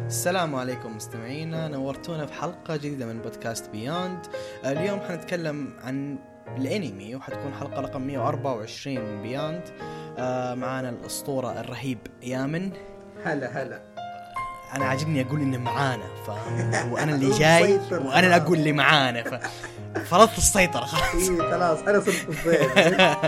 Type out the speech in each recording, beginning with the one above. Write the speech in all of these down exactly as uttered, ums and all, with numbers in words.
السلام عليكم مستمعينا، نورتونا في حلقة جديدة من بودكاست بيوند. اليوم حنتكلم عن الانمي وحتكون حلقة رقم مية وأربعة وعشرين من بيوند. آه معانا الأسطورة الرهيب يامن. هلا هلا. أنا عاجبني أقول إنه معانا، فاهم؟ وأنا اللي جاي وأنا اللي أقول اللي معانا، ففرضت السيطرة خلاص. إيه خلاص أنا صرت الضيف.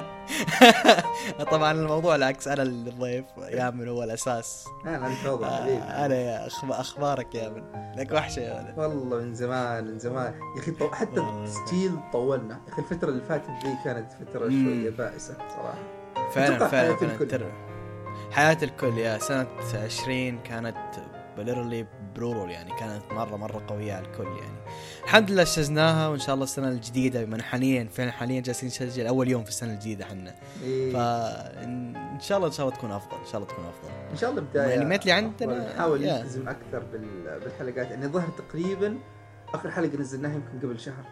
طبعا الموضوع العكس، أنا الضيف، يامن هو الأساس. أنا انتظر حبيبي. أنا يا أخبارك يامن؟ لك وحشة يا ولد. والله من زمان من زمان يا أخي، طو... حتى التسجيل طولنا يا أخي. الفترة اللي فاتت ذي كانت فترة شوية بائسة صراحة. فعلا فعلا حياة الكل. تر... حياة الكل يا سنة عشرين كانت بليرلي برورول، يعني كانت مرة مرة قوية على الكل. يعني الحمد لله استجزناها، وإن شاء الله السنة الجديدة بما حاليا فعلا حاليا جالسين نسجل أول يوم في السنة الجديدة حنا. إيه. فإن شاء الله إن شاء الله تكون أفضل، إن شاء الله تكون أفضل. إن شاء الله بداية. الأنميات اللي عندنا نحاول يا. نلتزم أكثر بال... بالحلقات. يعني ظهر تقريبا آخر حلقة نزلناها يمكن قبل شهر،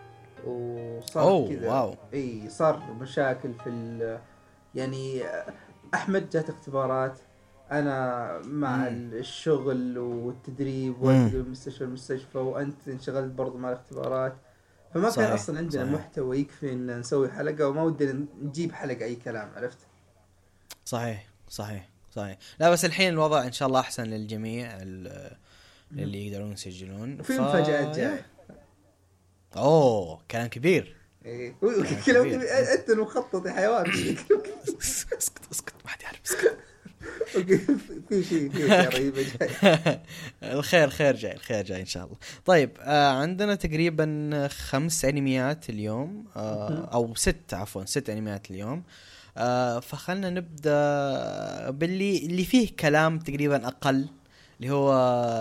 وصار كذا. واو. إيه صار مشاكل في ال... يعني أحمد جات اختبارات، أنا مع مم. الشغل والتدريب مم. وأنت المستشفى المستشفى وأنت انشغلت برضو مع الاختبارات، فما صحيح. كان أصلا عندنا صحيح. محتوى يكفي إن نسوي حلقة، وما ودنا نجيب حلقة أي كلام، عرفت؟ صحيح صحيح صحيح. لا بس الحين الوضع إن شاء الله أحسن للجميع ال- اللي يقدرون يسجلون. وفي ف... مفاجآت جاية. أوه كلام كبير. إيه كلام كلام كبير. أنت المخطط يا حيوان. اسكت اسكت ما حد يعرف، اسكت. أوكي، في شيء في شيء رهيبة جاي. الخير خير جاي، الخير جاي إن شاء الله. طيب آه عندنا تقريبا خمس أنميات اليوم، آه أو ست عفوا ست أنميات اليوم. آه فخلنا نبدأ باللي اللي فيه كلام تقريبا أقل، اللي هو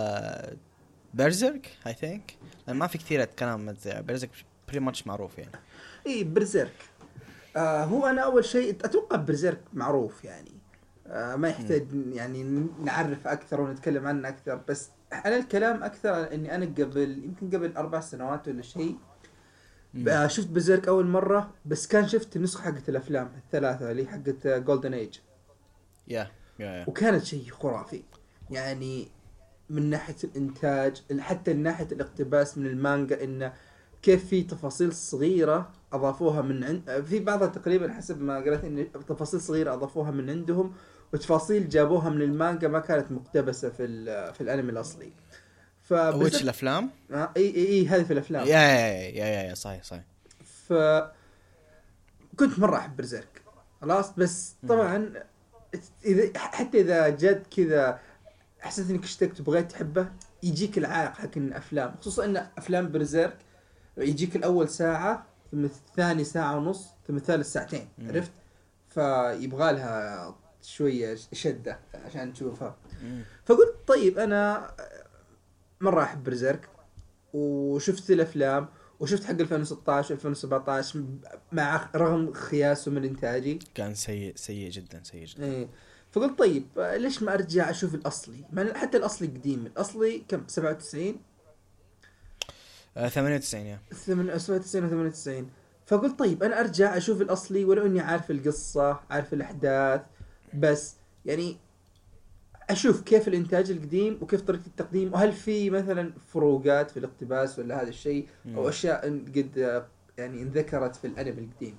بيرزيرك I think. ما في كثير كلام، بيرزيرك pretty much معروف يعني. إيه برزيرك. آه هو أنا أول شيء أتوقع برزيرك معروف يعني. آه ما يحتاج يعني نعرف أكثر ونتكلم عنه أكثر، بس أنا الكلام أكثر إني أنا قبل يمكن قبل أربع سنوات ولا شيء آه شفت برزيرك أول مرة، بس كان شفت النسخة حقت الأفلام الثلاثة اللي حقت جولدن ايج. يا يا وكانت شيء خرافي يعني، من ناحية الإنتاج حتى من ناحية الاقتباس من المانجا، إنه كيف في تفاصيل صغيرة أضافوها من عند في بعضها تقريبا حسب ما قرأت، إن تفاصيل صغيرة أضافوها من عندهم، وتفاصيل جابوها من المانجا ما كانت مقتبسة في في الأنمي الأصلي. وش الأفلام؟ آه إي إي إي هذه في الأفلام. يا يا يا يا صحيح صحيح. ف كنت مرة أحب برزيرك خلاص، بس طبعا إذا حتى إذا جد كذا حسيت إنك اشتقت وبغيت تحبه، يجيك العائق حق الأفلام، خصوصا إن أفلام برزيرك يجيك الأول ساعة ثم الثاني ساعة ونص ثم الثالث ساعتين، مم. عرفت؟ فيبغى لها شوية شدة عشان تشوفها. مم. فقلت طيب أنا مرة أحب برزيرك، وشفت الأفلام وشفت حق ألفين وستة عشر ألفين وسبعة عشر مع رغم خياسه من إنتاجي كان سيء سيء جدا سيء جدا. إيه. فقلت طيب ليش ما أرجع أشوف الأصلي، مع حتى الأصلي قديم، الأصلي كم سبعة وتسعين آه ثمانية وتسعين يا ثمانية وتسعين وثمانية وتسعين. فقلت طيب أنا أرجع أشوف الأصلي ولو إني عارف القصة عارف الأحداث، بس يعني أشوف كيف الإنتاج القديم وكيف طريقة التقديم، وهل في مثلا فروقات في الاقتباس ولا هذا الشيء، أو أشياء قد يعني انذكرت في الأنمي القديم.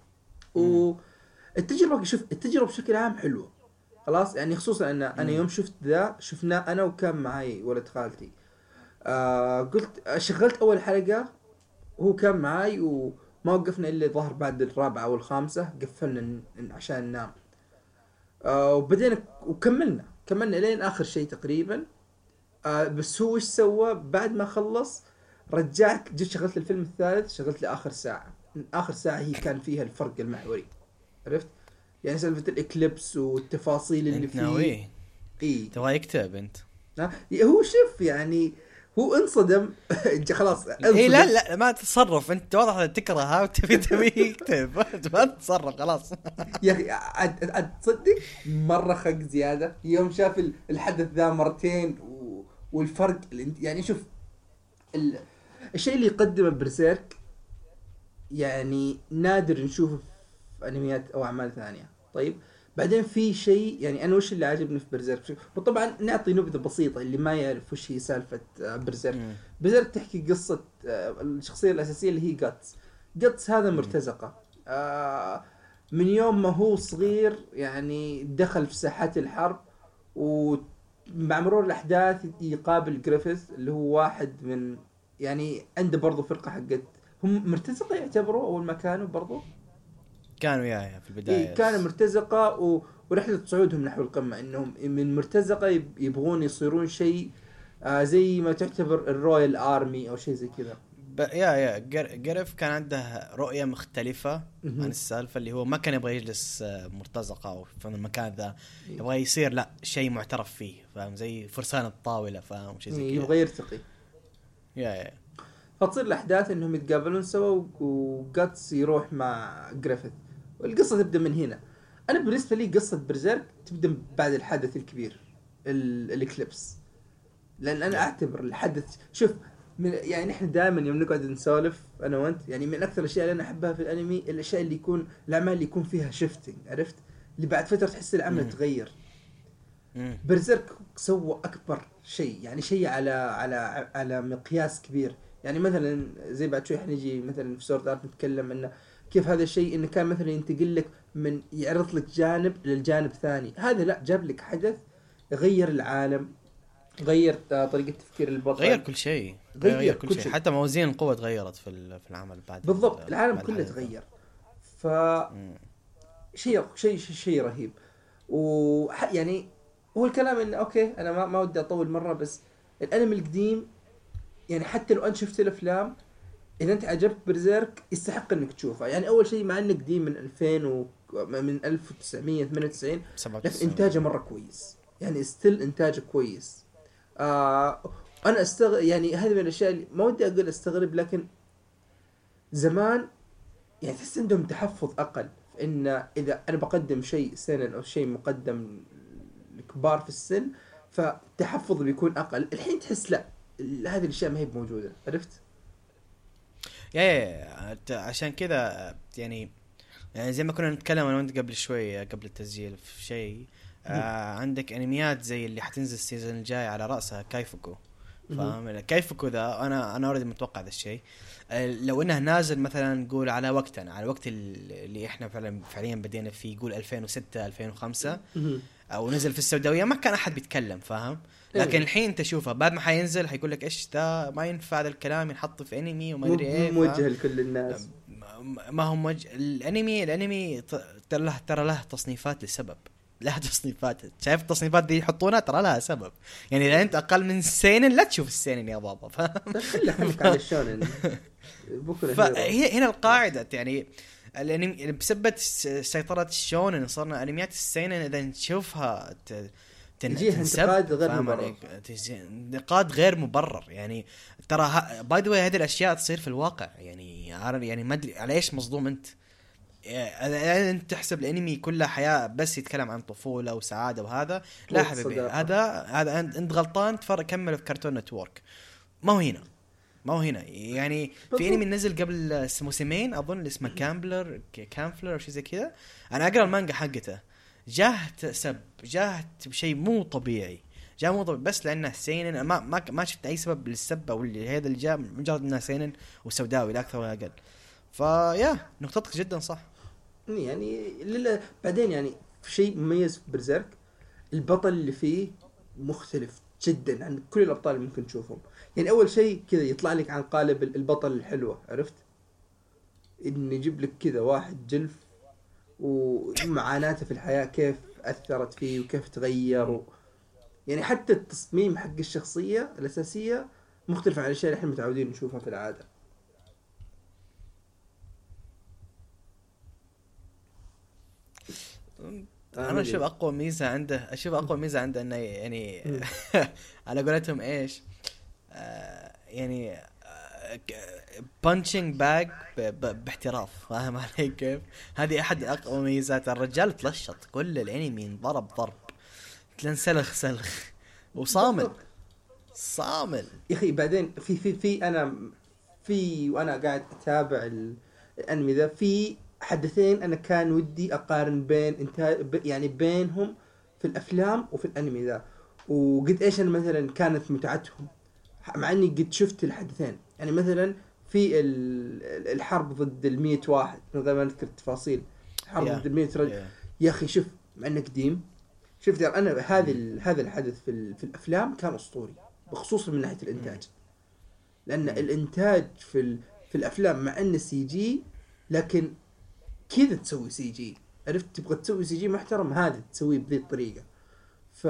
والتجربة شوف التجربة بشكل عام حلوة خلاص يعني، خصوصا أن أنا يوم شفت ذا شفناه أنا وكان معي ولد خالتي. آه قلت شغلت أول حلقة وهو كان معي، وما وقفنا إلا ظهر بعد الرابعة والخامسة قفلنا عشان ننام. آه وبدينا وكملنا كملنا لين آخر شيء تقريبا. آه بس هو إيش سوى بعد ما خلص، رجعك جيت شغلت الفيلم الثالث، شغلت لآخر ساعة. آخر ساعة هي كان فيها الفرق المحوري، عرفت يعني سالفة الإكليبس والتفاصيل اللي فيه. ناوي إيه تبغى يكتب أنت؟ هو شوف يعني هو انصدم. خلاص إيه لا لا ما تتصرف أنت، واضح تكرهها وتبي تبي يكتب. ما تتصرف خلاص. يا أخي عاد عاد تصدق مرة خق زيادة يوم شاف الحدث ذا مرتين و... والفرق يعني شوف ال... الشيء اللي يقدمه برزيرك يعني نادر نشوفه في أنميات أو أعمال ثانية. طيب بعدين في شيء يعني انا وش اللي عاجبني في برزيرك، وطبعا نعطي نبذه بسيطه اللي ما يعرف وش هي سالفه آه، برزيرك. مم. برزيرك تحكي قصه آه، الشخصيه الاساسيه اللي هي جاتس. جاتس هذا مم. مرتزقه، آه، من يوم ما هو صغير يعني دخل في ساحات الحرب، ومع مرور الاحداث يقابل جريفيث اللي هو واحد من يعني عنده برضه فرقه حقت هم مرتزقه يعتبروا اول ما كانوا برضه. كانوا يا في إيه البدايه كان بس. مرتزقة و... ورحلة صعودهم نحو القمة انهم من مرتزقة يب... يبغون يصيرون شيء آه زي ما تعتبر الرويال ارمي او شيء زي كذا. ب... يا يا جر... جريف كان عنده رؤيه مختلفه عن مهم. السالفه، اللي هو ما كان يبغى يجلس آه، مرتزقه او في المكان ذا، إيه. يبغى يصير لا شيء معترف فيه، فاهم؟ زي فرسان الطاوله، فاهم؟ شيء زي إيه، كذا. يبغى يرتقي. يا يا فتصير الاحداث انهم يتقابلون سوا و- وجاتس يروح مع جريفيث، والقصة تبدأ من هنا. انا بالنسبة لي قصة برزيرك تبدأ بعد الحدث الكبير ال... الاكليبس، لان انا يا اعتبر الحدث شوف من يعني احنا دائما يوم نقعد نسولف انا وانت يعني من اكثر الاشياء اللي انا احبها في الانمي الاشياء اللي يكون الاعمال اللي يكون فيها شيفتنج، عرفت؟ اللي بعد فتره تحس العمل مم. تغير. مم. برزيرك سوى اكبر شيء، يعني شيء على على على مقياس كبير. يعني مثلا زي بعد شوي حنيجي مثلا في سورد ارت نتكلم انه كيف هذا الشيء انه كان مثلا ينتقل لك من يعرض لك جانب للجانب ثاني، هذا لا جاب لك حدث غير العالم، غير آه، طريقة تفكير غير البطل، كل شيء، غير غير كل كل شيء، شيء. حتى موازين القوة تغيرت في ال- في العمل بعد بالضبط ال- العالم بعد كله الحدث ذا. تغير. ف مم. شيء شيء شيء رهيب. و يعني هو الكلام انه اوكي انا ما ما ودي اطول مره، بس الانمي القديم يعني حتى لو انت شفت الافلام اذا انت عجبك برزيرك يستحق انك تشوفه. يعني اول شيء مع انه قديم من ألفين و من ألف وتسعمية وثمانية وتسعين، لكن سبعة وتسعين. انتاجه مره كويس، يعني ستيل انتاجه كويس. آه انا استغرب يعني هذه من الاشياء اللي ما ودي اقول استغرب، لكن زمان يعني تحس عندهم تحفظ اقل في ان اذا انا بقدم شيء سنن او شيء مقدم لكبار في السن فالتحفظ بيكون اقل. الحين تحس لا ال- هذه الاشياء ما هي موجوده، عرفت؟ يا يا يا، أنت عشان كذا يعني، يعني زي ما كنا نتكلم انا وانت قبل شوي قبل التسجيل في شيء، مهم. آه عندك انميات زي اللي حتنزل السيزون الجاي على رأسها كايفوكو. مهم. فاهم كيفكو ذا؟ انا انا اوريدي متوقع ذا الشيء. آه، لو انه نازل مثلا نقول على وقتنا، على وقت ال- اللي احنا فعلا فعليا بدينا فيه، يقول ألفين وستة ألفين وخمسة، مهم. او نزل في السوداويه، ما كان احد بيتكلم، فاهم؟ لكن ايه الحين تشوفه بعد ما حينزل حيقول لك ايش ذا، ما ينفع ذا الكلام ينحط في انمي وما مو ادري ايه، موجه فاهم؟ لكل الناس. ما هو مج... الانمي الانمي ت- ترى له ترى له تصنيفات لسبب. له تصنيفات، شايف التصنيفات دي يحطونها ترى لها سبب. يعني اذا انت اقل من سينن لا تشوف السينن يا بابا، فاهم؟ طيب خلي همك على الشونن بكره هيرو. فهي هنا القاعده يعني، الانمي بسبب سيطره الشونن صرنا انميات السينن اذا نشوفها ت... تن... يجيها تنسب، انتقاد غير فاهم مبرر. عليك؟ تج- انتقاد غير مبرر يعني. ترى ه... باي ذا واي هذه الاشياء تصير في الواقع يعني. عارف يعني ما ادري على ايش مصدوم انت. يعني انت تحسب الانمي كله حياه بس يتكلم عن طفوله وسعاده وهذا؟ لا وقت حبيبي، صداقة. هذا هذا انت أنت غلطان. تفرق كمل في كرتون نتورك، ما هو هنا، ما هو هنا يعني. في بالضبط. انمي نزل قبل موسمين اظن اسمه كامبلر كامفلر او شيء زي كذا، انا اقرا المانجا حقته، جاه سب، جاه بشيء مو طبيعي، جاء مو طبيعي بس لانه سينن. ما ما ما شفت اي سبب للسب او اللي هذا اللي جاء، مجرد انه سينن وسوداوي لا اكثر ولا اقل. فيا نقطتك جدا صح. يعني للا بعدين يعني في شيء مميز في برزيرك، البطل اللي فيه مختلف جدا عن كل الابطال اللي ممكن تشوفهم. يعني اول شيء كذا يطلع لك عن قالب البطل الحلوة، عرفت؟ ان يجيب لك كذا واحد جلف ومعاناته في الحياة كيف اثرت فيه وكيف تغير و... يعني حتى التصميم حق الشخصية الاساسية مختلف عن الاشياء اللي احنا متعودين نشوفها في العادة. انا اشوف اقوى ميزه عنده، اشوف اقوى ميزه عنده انه يعني على قولتهم ايش، آه يعني بانشنج باج باحتراف، فاهم علي كيف؟ هذه احد اقوى ميزات الرجال. تلشط كل الانمي انضرب ضرب، تلنسلخ سلخ وصامل صامل يا اخي. بعدين في في في انا في وانا قاعد اتابع ال- الانمي ذا، في حدثين انا كان ودي اقارن بين انتاج يعني بينهم في الافلام وفي الانمي ذا، وقد ايش أنا مثلا كانت متعتهم مع اني قد شفت الحدثين. يعني مثلا في ال- الحرب ضد المية واحد من غير ما نذكر التفاصيل، الحرب يا ضد المية رجل. يا يا اخي شوف، مع انه قديم، شفت يعني انا هذا ال- هذا الحدث في ال- في الافلام كان اسطوري، بخصوصا من ناحيه الانتاج. لان الانتاج في ال- في الافلام مع انه سي جي، لكن كذا تسوي سي جي، عرفت؟ تبغى تسوي سي جي محترم، هذا تسويه بذي الطريقه. ف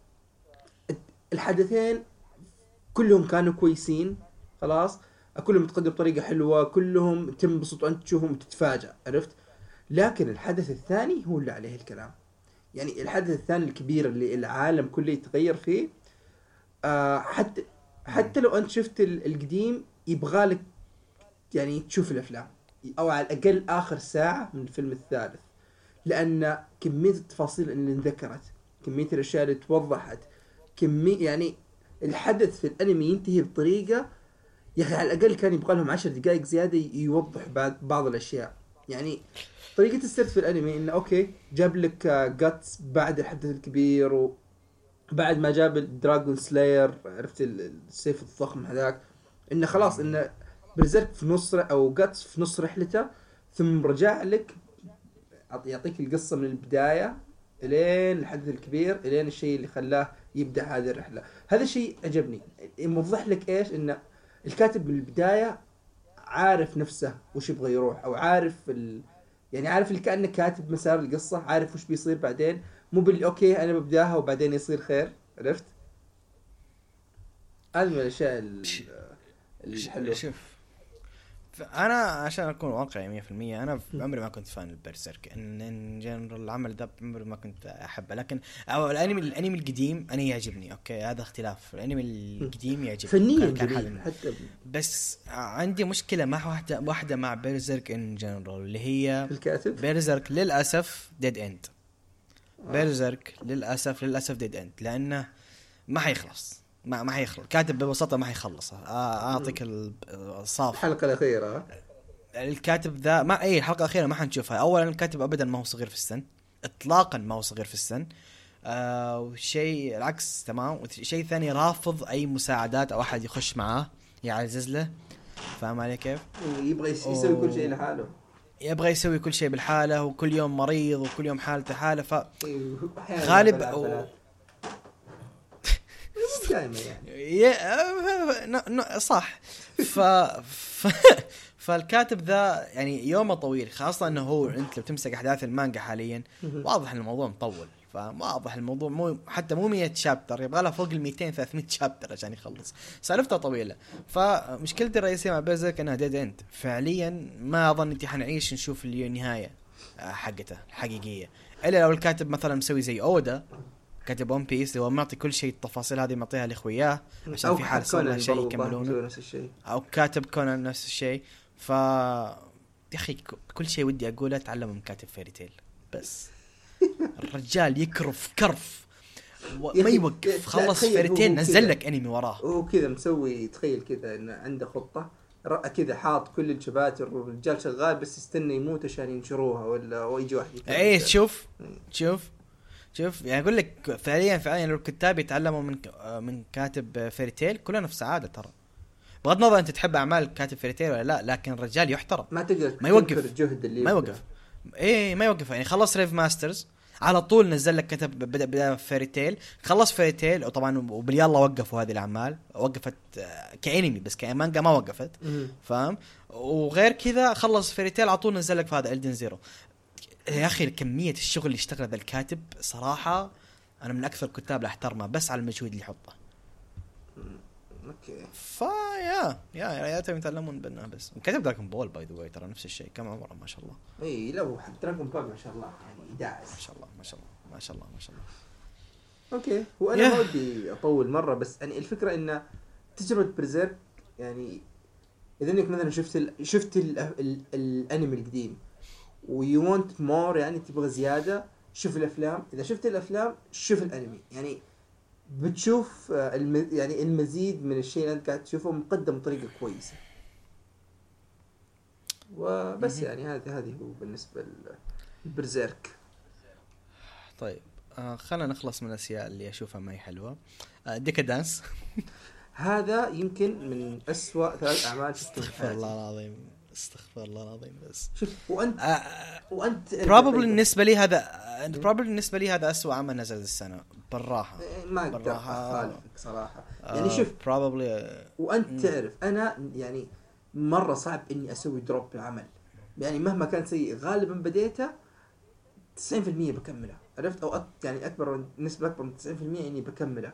الحدثين كلهم كانوا كويسين، خلاص، كلهم متقدم بطريقه حلوه، كلهم تنبسط وانت تشوفهم وتتفاجأ، عرفت؟ لكن الحدث الثاني هو اللي عليه الكلام. يعني الحدث الثاني الكبير اللي العالم كله يتغير فيه، آه حتى حتى لو انت شفت ال- القديم يبغالك يعني تشوف الافلام، او على الاقل اخر ساعه من الفيلم الثالث، لان كميه التفاصيل اللي انذكرت، كميه الاشياء اللي توضحت، كميه يعني الحدث في الانمي ينتهي بطريقه، يا اخي على الاقل كان يبغى لهم عشر دقائق زياده يوضح بعض بعض الاشياء. يعني طريقه السرد في الانمي انه اوكي جاب لك جاتس بعد الحدث الكبير، وبعد ما جاب الدراجون سلاير، عرفت ال- السيف الضخم هذاك، انه خلاص انه برزيرك في نص ر- او جاتس في نص رحلته، ثم رجع لك يعطيك القصه من البدايه الين الحدث الكبير، الين الشيء اللي خلاه يبدا هذه الرحله. هذا الشيء عجبني، يوضح لك ايش ان الكاتب من البدايه عارف نفسه وش يبغى يروح، او عارف ال... يعني عارف اللي كانه كاتب مسار القصه، عارف وش بيصير بعدين، مو بال اوكي انا ببداها وبعدين يصير خير، عرفت؟ هذه من الاشياء ال- الحلوه. شوف، انا عشان اكون واقعي مية بالمية انا عمري ما كنت فان البرسيرك، ان ان جنرال العمل ده عمري ما كنت احبه. لكن أو الانمي الانمي القديم انا يعجبني، اوكي هذا اختلاف. الانمي القديم يعجبني فنيا كان كان جميل حلو. حتى بس عندي مشكله مع واحده واحده مع بيرزيرك ان جنرال، اللي هي الكاتب. بيرزيرك للاسف ديد اند. بيرزيرك للاسف للاسف ديد اند، لانه ما حيخلص، ما ما حيخلص كاتب ببساطه ما حيخلصه. اعطيك الصاف، الحلقه الاخيره الكاتب ذا ما اي الحلقه الاخيره ما حنشوفها. اولا الكاتب ابدا ما هو صغير في السن، اطلاقا ما هو صغير في السن. آه وشيء العكس تمام. وشيء ثاني رافض اي مساعدات او احد يخش معاه يعزز له، فاهم علي كيف؟ يبغى يسوي كل شيء لحاله، يبغى يسوي كل شيء بالحاله، وكل يوم مريض وكل يوم حالته حاله. ف غالب غالب دائما يعني يا ن- ن- صح. ف... ف... فالكاتب ذا يعني يومه طويل، خاصة انه هو انت لو تمسك احداث المانجا حاليا واضح ان الموضوع مطول. فواضح الموضوع مو حتى مو مية شابتر، يبغى له فوق ال مئتين ثلاثمية شابتر عشان يخلص، سالفته طويلة. فمشكلتي الرئيسية مع بيرزيرك انها ديد اند فعليا. ما اظن انت حنعيش نشوف النهاية حقته الحقيقية، الا لو الكاتب مثلا مسوي زي اودا كاتب ون بيس، هو معطي كل شيء التفاصيل هذه معطيها لاخوياه عشان في حال صار شيء يكملونه، نفس الشيء، او كاتب كونان نفس الشيء. ف يا اخي كل شيء ودي اقوله تعلموا من كاتب فيري تيل، بس الرجال يكرف كرف وما يوقف. خلص فيري تيل نزل لك انمي وراه، هو كذا مسوي، تخيل كذا انه عنده خطه كذا، حاط كل الشباتر والرجال شغال بس يستنى يموت عشان ينشروها، ولا ويجي واحد ايه شوف شوف شوف يعني اقول لك فعليا فعليا لو الكتاب يتعلموا من من كاتب فيري تيل كلنا في سعاده. ترى بغض النظر انت تحب اعمال كاتب فيري تيل ولا لا، لكن الرجال يحترم، ما تقدر ما يوقف الجهد اللي ما يوقف. ايه ما يوقف. يعني خلص ريف ماسترز على طول نزل لك كتب بدا بدا فيري تيل، خلص فيري تيل وطبعا وباليلا وقفوا هذه الاعمال، وقفت كانمي بس كمانجا ما وقفت، فاهم؟ وغير كذا خلص فيري تيل على طول نزل لك في هذا إلدن زيرو. يا اخي كميه الشغل اللي اشتغل ذا الكاتب صراحه انا من اكثر الكتاب اللي احترمه بس على المجهود اللي يحطه. اوكي فيا يا يا تبي يتعلمون بنا. بس كتب دراغون بول باي ذا واي ترى نفس الشيء، كم عمره ما شاء الله. اي لا هو حق دراغون بول ما شاء الله يعني داعس ما شاء الله ما شاء الله ما شاء الله ما شاء الله. اوكي وانا ما ودي اطول مره، بس يعني الفكره ان تجربه بريزيرك يعني اذا انك مثلا شفت ال شفت ال ال الانمي القديم ويو وانت مور، يعني تبغى زياده، شوف الافلام. اذا شفت الافلام شوف الانمي، يعني بتشوف الم يعني المزيد من الشيء اللي انت قاعد تشوفه مقدم بطريقه كويسه. وبس. يعني هذه هذه هو بالنسبة للبرزيرك. طيب آه خلينا نخلص من الاشياء اللي اشوفها ما هي حلوه. آه ديكادانس. هذا يمكن من أسوأ ثلاث أعمال شفتهم في استغفر الله حياتي. العظيم، استغفر الله العظيم. بس شوف وأنت آه وأنت probably بالنسبه لي هذا probably بالنسبه لي هذا أسوأ عمل نزل السنه بالراحه. ما أقدر بالراحة. أخالفك صراحة. آه يعني شوف probably آه وأنت تعرف أنا يعني مرة صعب إني أسوي دروب بالعمل. يعني مهما كان سيء غالبا بديته تسعين بالمية بكمله، عرفت؟ أو أك يعني أكبر نسبة أكبر من تسعين بالمية إني بكمله.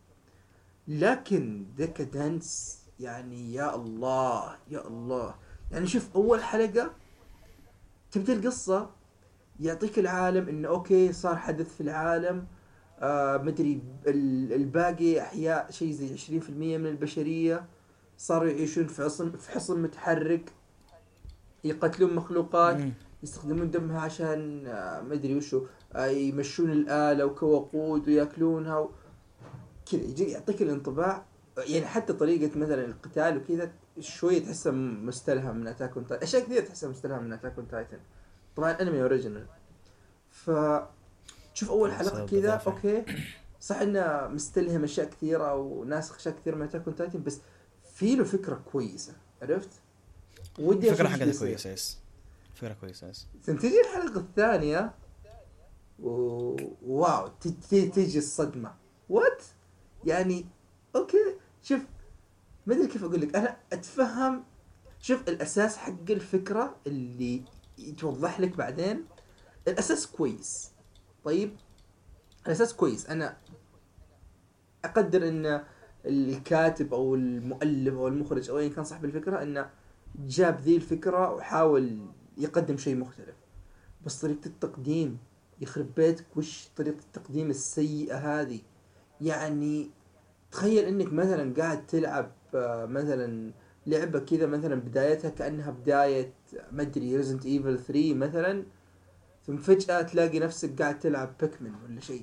لكن ديكادنس يعني يا الله يا الله. يعني شوف أول حلقة تبدأ القصة، يعطيك العالم إنه أوكي صار حدث في العالم، آه مدري ال- الباقي أحياء شيء زي عشرين في المية من البشرية صاروا يعيشون في حصن في حصن متحرك، يقتلون مخلوقات، مم. يستخدمون دمها عشان آه مدري وشو، آه يمشون الآلة وكوقود وياكلونها و... كذا يجي يعطيك الانطباع. يعني حتى طريقة مثلا القتال وكذا شوية تحسها مستلهم من أتاك أون تايتن، أشياء كثيرة تحسها مستلهم من أتاك أون تايتن، طبعا أنمي أوريجينال. ف تشوف أول حلقة كذا أوكي صح إنه مستلهم أشياء كثيرة وناسخ أشياء كثيرة من أتاك أون تايتن، بس في له فكرة كويسة، عرفت؟ ودي فكره أشوف حقتها إيش بيصير. كويسه يس فكره كويسه يس ثم تجي الحلقة الثانية و... واو تجي تجي الصدمة. وات يعني اوكي شوف ما ادري كيف اقول لك، انا اتفهم. شوف الاساس حق الفكرة اللي يتوضح لك بعدين الاساس كويس. طيب الاساس كويس، انا اقدر ان الكاتب او المؤلف او المخرج او اي كان صاحب الفكرة انه جاب ذي الفكرة وحاول يقدم شيء مختلف، بس طريقة التقديم يخرب بيتك وش طريقة التقديم السيئة هذه. يعني تخيل انك مثلا قاعد تلعب آه، مثلا لعبة كذا مثلا بدايتها كأنها بداية مدري ريزنت ايفل ثري مثلا، ثم فجأة تلاقي نفسك قاعد تلعب بيكمن ولا شيء.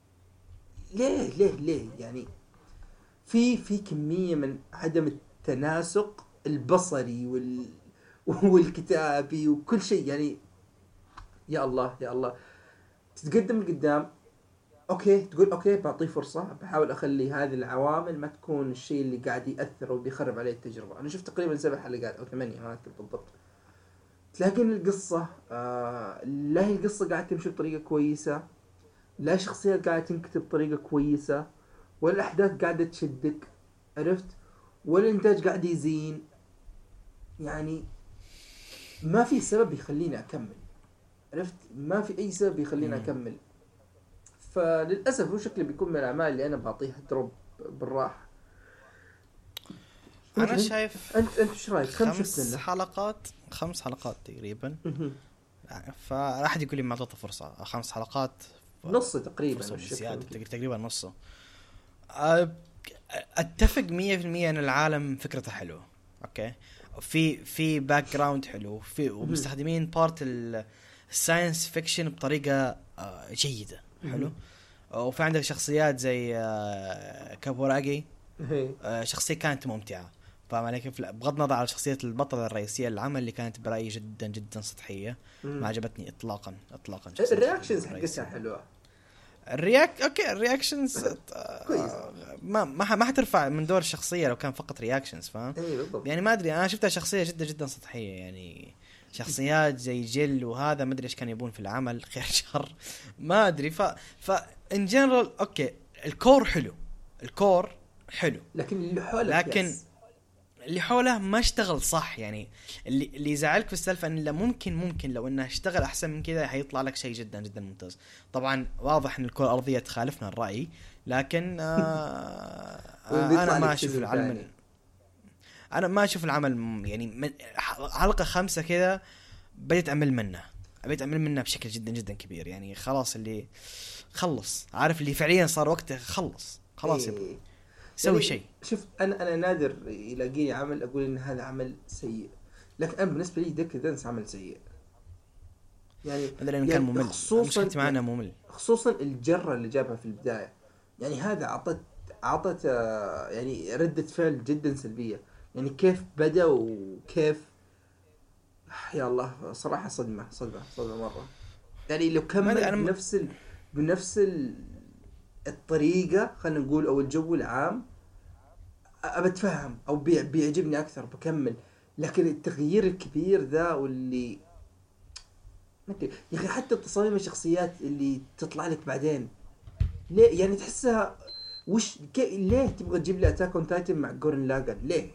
ليه ليه ليه يعني في في كمية من عدم التناسق البصري وال والكتابي وكل شيء. يعني يا الله يا الله تتقدم لقدام اوكي تقول اوكي بعطيه فرصة، بحاول اخلي هذه العوامل ما تكون الشيء اللي قاعد يأثر وبيخرب عليه التجربة. انا شفت تقريبا سبع حلقات او ثمانية ما اذكر بالضبط، تلاقين القصة آه لا هي القصة قاعد تمشي بطريقة كويسة، لا شخصيات قاعدة تنكتب بطريقة كويسة، ولا الأحداث قاعدة تشدك، عرفت؟ ولا الإنتاج قاعد يزين. يعني ما في سبب يخليني أكمل، عرفت؟ ما في أي سبب يخليني مم. أكمل. فللأسف هو شكله بيكون من الأعمال اللي أنا بعطيها دروب بالراحة. انا أنت شايف أنت أنت إيش رأيك؟ كم شفت خمس منه؟ حلقات خمس حلقات تقريبا، مهم. فراح يقول لي ما اعطيته فرصه. خمس حلقات نص تقريبا فرصه والشكل زياده يمكن. تقريبا نصه. أه، اتفق مية في المية ان العالم فكرته حلوه اوكي، في في باك جراوند حلو، في ومستخدمين بارت الساينس فيكشن بطريقه آه، جيده حلو. وفي عندك شخصيات زي آه، كابوراجي، هي. آه، شخصيه كانت ممتعه فاهم عليك، بغض النظر على شخصيه البطله الرئيسيه العمل اللي كانت برايي جدا جدا سطحيه، ما عجبتني اطلاقا اطلاقا. الرياكشنز حقتها حلوة. الرياك اوكي الرياكشنز كويس. ما ما ما حترفع من دور الشخصيه لو كان فقط رياكشنز فاهم. اي بالضبط. يعني ما ادري انا شفتها شخصيه جدا جدا سطحيه، يعني شخصيات زي جيل وهذا ما ادري ايش كانوا يبون في العمل خير شر ما ادري. ف ف ان جنرال اوكي الكور حلو، الكور حلو، لكن اللي حوله لكن يس. اللي حوله ما اشتغل صح. يعني اللي اللي يزعلك في السالفه ان ممكن ممكن لو انه اشتغل احسن من كذا حيطلع لك شيء جدا جدا ممتاز. طبعا واضح ان الكره الارضيه تخالفنا الراي، لكن آه انا ما اشوف العمل، انا ما اشوف العمل يعني من حلقه خمسة كذا بديت امل منه، بديت امل منه بشكل جدا جدا كبير. يعني خلاص اللي خلص عارف اللي فعليا صار وقته خلص خلاص يبقى إيه. سوي يعني شيء. شوف انا انا نادر يلاقيني عمل اقول ان هذا عمل سيء، لكن انا بالنسبه لي ديكادنس عمل سيء. يعني مدري انه يعني كان ممل، خصوصا مشكلتي معنا ممل، خصوصا الجره اللي جابها في البدايه. يعني هذا عطت عطت آه، يعني ردة فعل جدا سلبيه. يعني كيف بدا وكيف يا الله صراحة صدمة صدمة صدمة مرة. يعني لو ما كمل أدري، انا م- بنفس ال... بنفس ال... الطريقة خلينا نقول او الجو العام، أ- بتفهم او بي... بيعجبني اكثر بكمل. لكن التغيير الكبير ذا واللي ما أدري يا اخي، حتى التصاميم الشخصيات اللي تطلع لك بعدين ليه يعني تحسها وش كي... ليه تبغى تجيب لي اتاك اون تايتن مع جورن لاجن ليه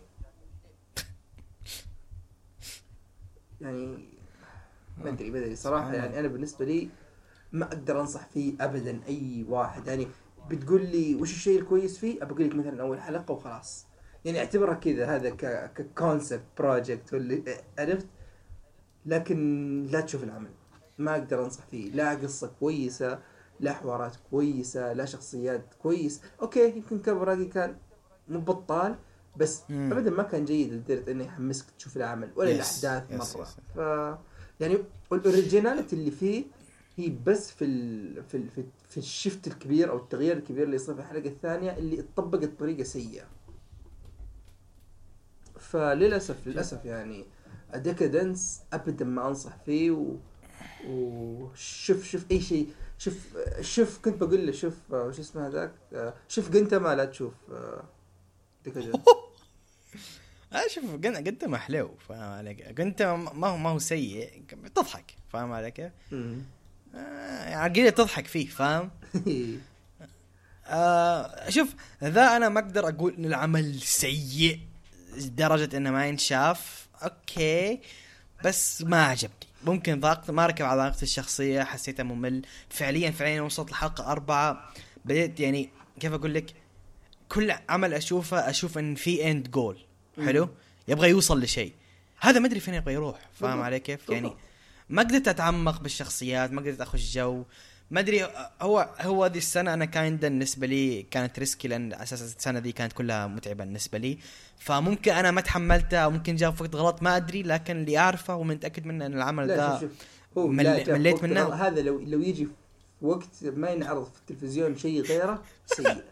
يعني؟ ما آه، ادري ما ادري صراحه. سبحان الله. يعني انا بالنسبه لي ما اقدر انصح فيه ابدا اي واحد. يعني بتقول لي وش الشيء الكويس فيه، ابى اقول لك مثلا اول حلقه وخلاص. يعني اعتبرها كذا هذا ك ككونسبت بروجكت واللي عرفت. لكن لا تشوف العمل، ما اقدر انصح فيه. لا قصه كويسه، لا حوارات كويسه، لا شخصيات كويس. اوكي يمكن كابوراجي كان مو بطال، بس امم ابدا ما كان جيد لدرجه انه يحمسك تشوف العمل ولا يس الاحداث يس مره. يس. ف يعني الاوريجيناليتي اللي فيه هي بس في ال... في ال... في, في الشفت الكبير او التغيير الكبير اللي يصير في الحلقه الثانيه اللي اتطبقت بطريقه سيئه. فللاسف للاسف يعني ديكادنس ابدا ما انصح فيه. و... وشوف شوف اي شيء. شوف شوف كنت بقول له شوف آه، وش اسمه هذاك آه، شوف قنت ما لا تشوف ديكادنس. آه شوف، قلت قلت ما حلو، فاهم عليك؟ قلت ما هو ما هو سيء، تضحك، فاهم عليك كيف؟ آه يعني قلت تضحك فيه، فاهم؟ آه شوف، ذا انا ما اقدر اقول ان العمل سيء لدرجة انه ما ينشاف، اوكي، بس ما عجبني. ممكن ضاقت، ما ركب على ضاقة الشخصية، حسيته ممل فعليا. فعليا وصلت الحلقة أربعة بديت يعني كيف أقول لك، كل عمل أشوفه أشوف إن في إند جول حلو، يبغى يوصل لشيء، هذا ما أدري فين يبغى يروح، فاهم بالضبط علي كيف؟ يعني بالضبط. ما قدرت أتعمق بالشخصيات، ما قدرت أخش جو، ما أدري. هو هو هذه السنة أنا كان بالنسبة لي كانت ريسكي، لأن أساس السنة دي كانت كلها متعبة بالنسبة لي، فممكن أنا ما تحملتها أو ممكن جاء في وقت غلط، ما أدري. لكن اللي أعرفه ومتأكد منه أن العمل لا شوف ذا شوف، هو لا مل... جاء في مليت وقت غلط. منه. هذا لو لو يجي في وقت ما ينعرض في التلفزيون شيء غيره سيء.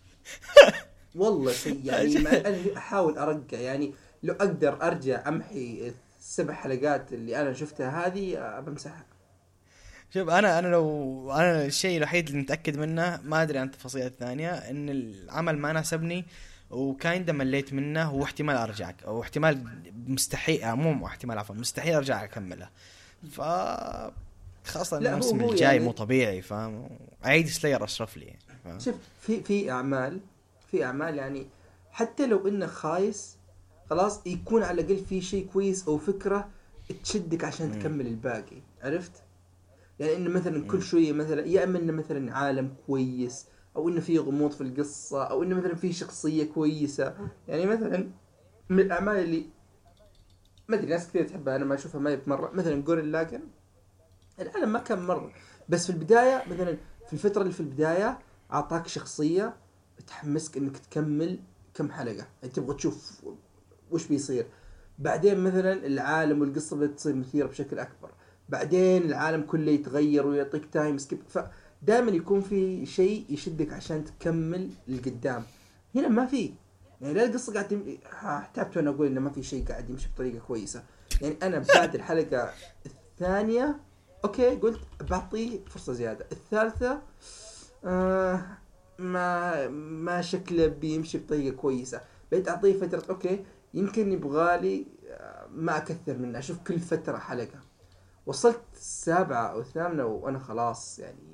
والله سيء. يعني مع انا احاول ارجع، يعني لو اقدر ارجع امحي السبع حلقات اللي انا شفتها هذه آه، بمسحها. شوف، انا انا لو انا الشيء الوحيد اللي متاكد منه، ما ادري عن التفاصيل الثانيه، ان العمل ما ناسبني وكايندا مليت منه، هو احتمال ارجع، او احتمال مستحيل، آه، مو احتمال، عفوا مستحيل ارجع اكمله. ف خاصه لا هو الموسم هو الجاي مو يعني طبيعي، فاهم؟ عيد سلاير اشرف لي يعني، فاهم؟ شوف، في في اعمال في اعمال يعني حتى لو انه خايس خلاص يكون على الاقل في شيء كويس او فكره تشدك عشان مم. تكمل الباقي. عرفت؟ يعني انه مثلا كل مم. شويه مثلا يا اما انه مثلا عالم كويس، او انه في غموض في القصه، او انه مثلا في شخصيه كويسه. يعني مثلا من الاعمال اللي ما ادري ناس كثير تحبها انا ما اشوفها ما مره، مثلا جورن لاجن. العالم ما كان مره، بس في البدايه مثلا في الفتره اللي في البدايه اعطاك شخصيه تحمسك انك تكمل كم حلقه، يعني تبغى تشوف وش بيصير. بعدين مثلا العالم والقصه بدات تصير مثيره بشكل اكبر. بعدين العالم كله يتغير ويعطيك تايم سكيب، فدائما يكون في شيء يشدك عشان تكمل القدام. هنا ما في. يعني لا القصه قاعد تم... ها، تعبت وانا اقول انه ما في شيء قاعد يمشي بطريقه كويسه. يعني انا بعد الحلقه الثانيه اوكي قلت بعطيه فرصه زياده. الثالثه آه ما ما شكله بيمشي بطريقه كويسه. بقيت اعطيه فتره اوكي يمكن يبغالي آه، ما اكثر منه، اشوف كل فتره حلقه. وصلت السابعه او الثامنه وانا خلاص يعني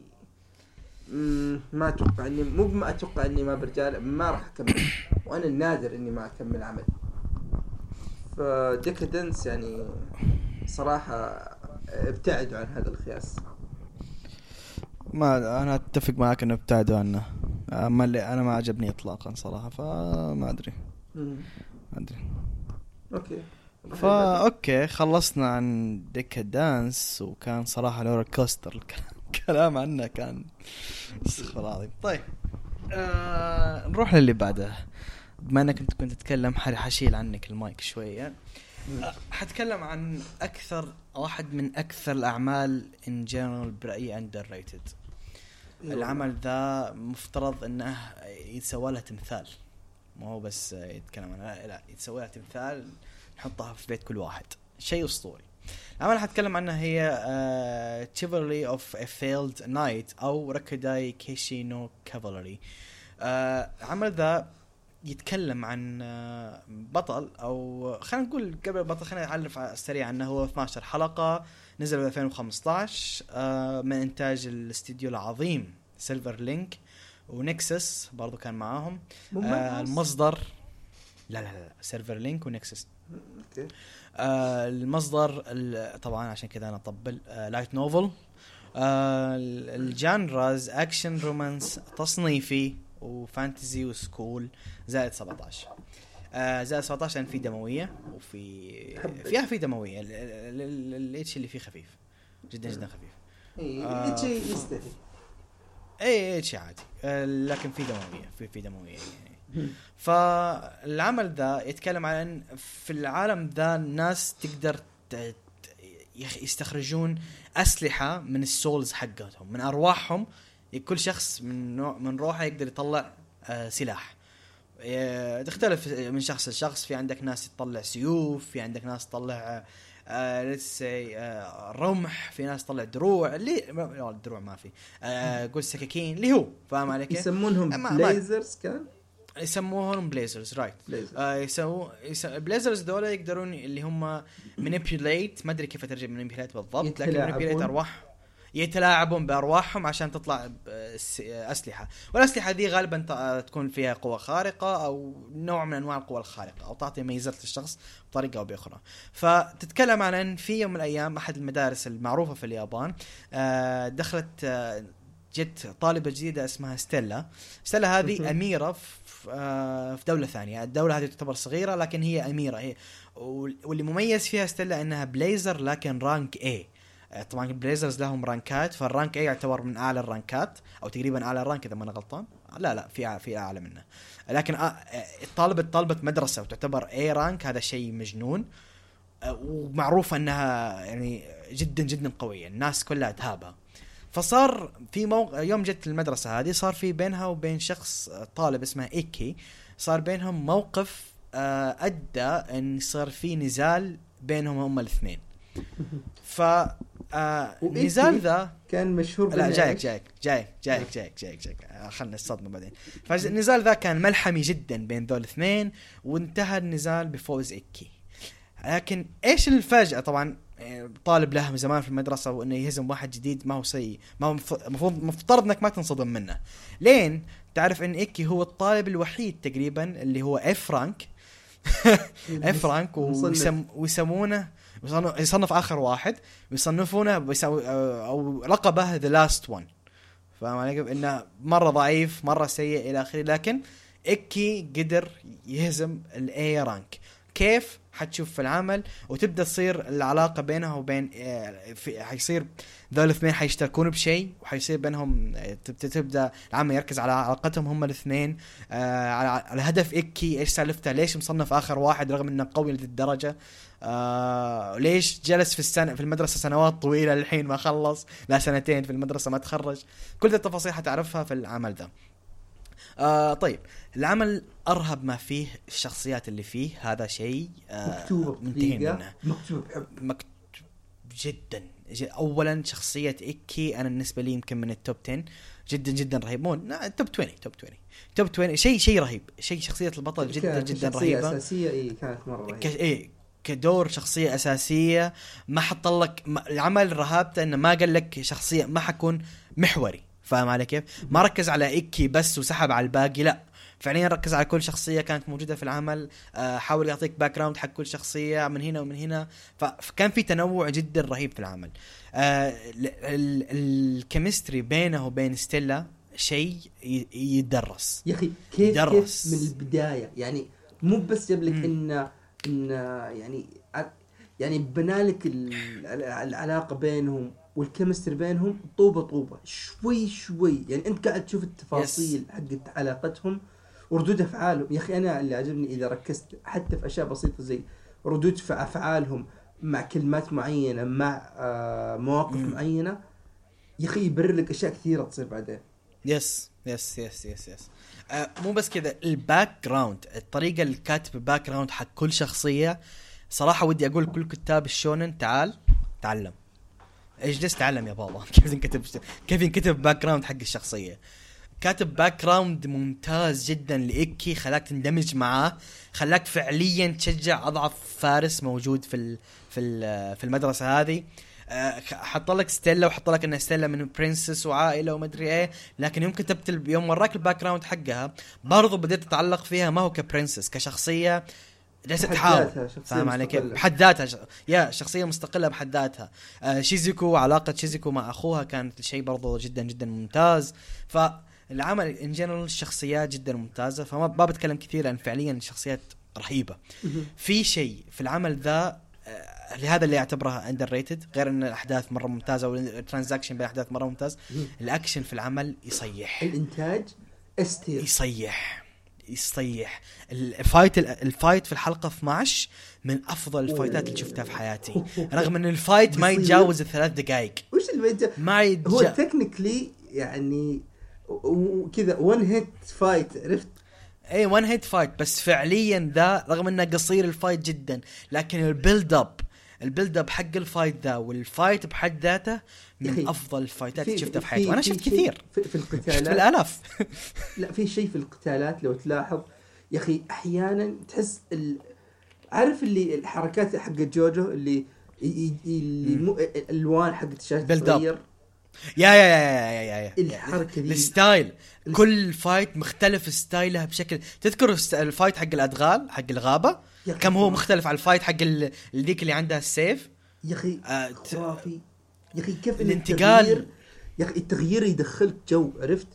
مم، ما اتوقع اني مو ما اتوقع اني ما برجال ما راح اكمل. وانا النادر اني ما اكمل عمل. فديكادنس يعني صراحه ابتعدوا عن هذا الخياس. ما انا اتفق معك انه ابتعدوا عنه، اما اللي انا ما عجبني اطلاقا صراحه، فما ادري مم. ما ادري. اوكي فا اوكي، خلصنا عن ديكادانس، وكان صراحه لورا كوستر الكلام عنه كان استغفر الله العظيم. طيب آه نروح للي بعده. بما انك انت كنت تتكلم، حشيل عنك المايك شويه. أه حتكلم عن اكثر واحد من اكثر الاعمال ان جنرال برايي اندر ريتد. العمل ذا مفترض انه يتسوى له تمثال، ما هو بس يتكلم عنه، لا, لا يتسوى له تمثال نحطها في بيت كل واحد. شيء اسطوري. العمل حتكلم عنها هي uh, Chivalry of a Failed Knight أو ركوداي كيشي نو كافالري. العمل ذا يتكلم عن uh, بطل أو خلينا نقول قبل البطل خلينا نعرف سريع عنه. هو اثنا عشر حلقة نزل ب ألفين وخمسة عشر uh, من إنتاج الاستديو العظيم سيلفر لينك ونكسس برضو كان معاهم. uh, المصدر لا لا لا سيلفر لينك ونكسس. اوكي. آه المصدر طبعا عشان كذا انا اطبل آه لايت نوفل. آه الجانراز اكشن رومانس تصنيفي وفانتزي وسكول زائد سبعة عشر. آه زائد سبعة عشر لان في دمويه وفي فيها في دمويه. الاتش اللي فيه خفيف جدا جدا خفيف. اي الاتش يستحي اي اتش عادي آه لكن في دمويه في في دمويه يعني. فالعمل ذا يتكلم عن أن في العالم ذا الناس تقدر يستخرجون أسلحة من السولز حقتهم من أرواحهم. كل شخص من نوع من روحه يقدر يطلع سلاح تختلف من شخص لشخص. في عندك ناس تطلع سيوف، في عندك ناس تطلع let's say رمح، في ناس تطلع دروع. اللي لا الدروع ما في قول سكاكين اللي هو فاهم عليك. يسمونهم بليزرز كان يسموهم بليزرز رايت. آه يسمو بليزرز دول يقدرون اللي هم manipulate ما ادري كيف اترجم manipulate بالضبط لكن manipulate ارواح يتلاعبون بارواحهم عشان تطلع اسلحه. والاسلحه دي غالبا تكون فيها قوه خارقه او نوع من انواع القوى الخارقه او تعطي ميزات للشخص بطريقه او باخرى. فتتكلم عن ان في يوم من الايام احد المدارس المعروفه في اليابان دخلت جت طالبة جديدة اسمها ستيلا. ستيلا هذه أميرة في دولة ثانية. الدولة هذه تعتبر صغيرة لكن هي أميرة هي. واللي مميز فيها ستيلا أنها بليزر لكن رانك A. طبعا البليزرز لهم رانكات فالرانك A يعتبر من أعلى الرانكات أو تقريبا أعلى الرانك إذا ما أنا غلطان. لا لا في في أعلى منه لكن الطالبة طالبة مدرسة وتعتبر A رانك هذا شيء مجنون. ومعروف أنها يعني جدا جدا قوية الناس كلها تهابها. فصار في موقع يوم جت المدرسة هذه صار في بينها وبين شخص طالب اسمه إيكي صار بينهم موقف أدى أن صار في نزال بينهم هم الاثنين. ف نزال ذا كان مشهور. لا جايك جايك جايك جايك جايك جايك جايك خلنا الصدمة بعدين. فالنزال ذا كان ملحمي جدا بين ذول الاثنين وانتهى النزال بفوز إيكي. لكن إيش الفاجأة طبعا طالب له زمان في المدرسة وإنه يهزم واحد جديد ما هو سيء ما هو مفروض مفترض إنك ما تنصدم منه. لين تعرف إن إيكي هو الطالب الوحيد تقريبا اللي هو إف رانك إف رانك ويسم ويسمونه يصنف آخر واحد ويصنفونه بيسوي أو لقبه the last one. فاهم عليك إنه مرة ضعيف مرة سيء إلى آخره. لكن إيكي قدر يهزم الأي رانك. كيف حتشوف في العمل وتبدأ تصير العلاقة بينها وبين حيصير ذول الاثنين حيشتركون بشيء وحيصير بينهم تبدأ العمل يركز على علاقتهم هم الاثنين آه على هدف إيكي إيش سالفته ليش مصنف آخر واحد رغم إنه قوي لهذه الدرجة آه ليش جلس في السنة في المدرسة سنوات طويلة الحين ما خلص لا سنتين في المدرسة ما تخرج. كل التفاصيل حتعرفها في العمل ده. آه طيب العمل أرهب ما فيه الشخصيات اللي فيه هذا شيء آه مكتوب منتهين مكتوب مكتوب جدا. أولا شخصية إيكي أنا بالنسبة لي يمكن من التوب عشرة جدا جدا رهيب. مو توب عشرين توب عشرين توب عشرين شيء شيء رهيب شيء. شخصية البطل جدا جدا رهيبة. أساسية إيه كانت مرة رهيبة. إيه كدور شخصية أساسية ما حط لك العمل رهابته إنه ما قال لك شخصية ما حكون محوري. فاهم علي كيف؟ ما ركز على إيكي بس وسحب على الباقي لا فعليا ركز على كل شخصية كانت موجودة في العمل. حاول يعطيك باك جراوند حق كل شخصية من هنا ومن هنا. فكان في تنوع جدا رهيب في العمل. الكيمستري بينه وبين ستيلا شيء يدرس يا أخي كيف, كيف من البداية يعني مو بس جاب لك إن إن يعني يعني بنالك العلاقة بينهم والكيمستري بينهم طوبة طوبة شوي شوي يعني أنت قاعد تشوف التفاصيل yes. حقت علاقتهم وردود أفعالهم. يا أخي أنا اللي عجبني إذا ركزت حتى في أشياء بسيطة زي ردود أفعالهم مع كلمات معينة مع آه مواقف mm. معينة يا أخي يبرر لك أشياء كثيرة تصير بعدين. يس يس يس يس يس آه مو بس كذا الباك جراوند الطريقة اللي كاتب الباك جراوند حق كل شخصية صراحه ودي اقول كل كتاب الشونن تعال تعلم، اجلس تعلم يا بابا كيف ينكتب كيف ينكتب باك جراوند حق الشخصيه. كاتب باك جراوند ممتاز جدا لإيكي، خلاك تندمج معاه، خلاك فعليا تشجع اضعف فارس موجود في ال في ال في المدرسه هذه. أه حط لك ستيلا وحط لك ان ستيلا من برنسس وعائله وما ادري ايه، لكن يوم كتبت يوم وراك الباك جراوند حقها برضو بديت تتعلق فيها، ما هو كبرنسس كشخصيه جالسه تحاول، فاهم علي كيف؟ بحد ذاتها ش... يا شخصيه مستقله بحد ذاتها. آه شيزوكو، علاقه شيزوكو مع اخوها كانت شيء برضو جدا جدا ممتاز. فالعمل ان جنرال الشخصيات جدا ممتازه، فما ما بتكلم كثير لان فعليا الشخصيات رهيبه. في شيء في العمل ذا آه لهذا اللي اعتبره اندر ريتد، غير ان الاحداث مره ممتازه والترانزاكشن بالاحداث مره ممتاز، الاكشن في العمل يصيح، الانتاج استير يصيح يصيح. الفايت الفايت في الحلقه اثنا عشر من افضل الفايتات اللي شفتها في حياتي، رغم ان الفايت ما يتجاوز الثلاث دقائق. وش اللي ما يتجا... هو تكنيكلي يعني وكذا وان هيت فايت، عرفت؟ اي وان هيت فايت، بس فعليا ذا رغم انه قصير الفايت جدا، لكن البيلد اب البيلد اب حق الفايت ذا والفايت بحد ذاته من افضل الفايتات اللي شفتها في حياتي، وانا شفت كثير في, في القتالات، شفت بالالاف. لا في شيء في القتالات لو تلاحظ يا اخي احيانا تحس ال... عارف اللي الحركات حق جوجو اللي اللي مو... الالوان حق الشاشه تتغير، يا يا يا يا يا يا الحركه دي الستايل، كل فايت مختلف ستايلها بشكل. تذكر الفايت حق الادغال حق الغابه كم هو مختلف على الفايت حق الذيك اللي عندها السيف يا اخي آه خرافي يا اخي. كيف الانتقال يا اخي التغيير يدخلك جو، عرفت؟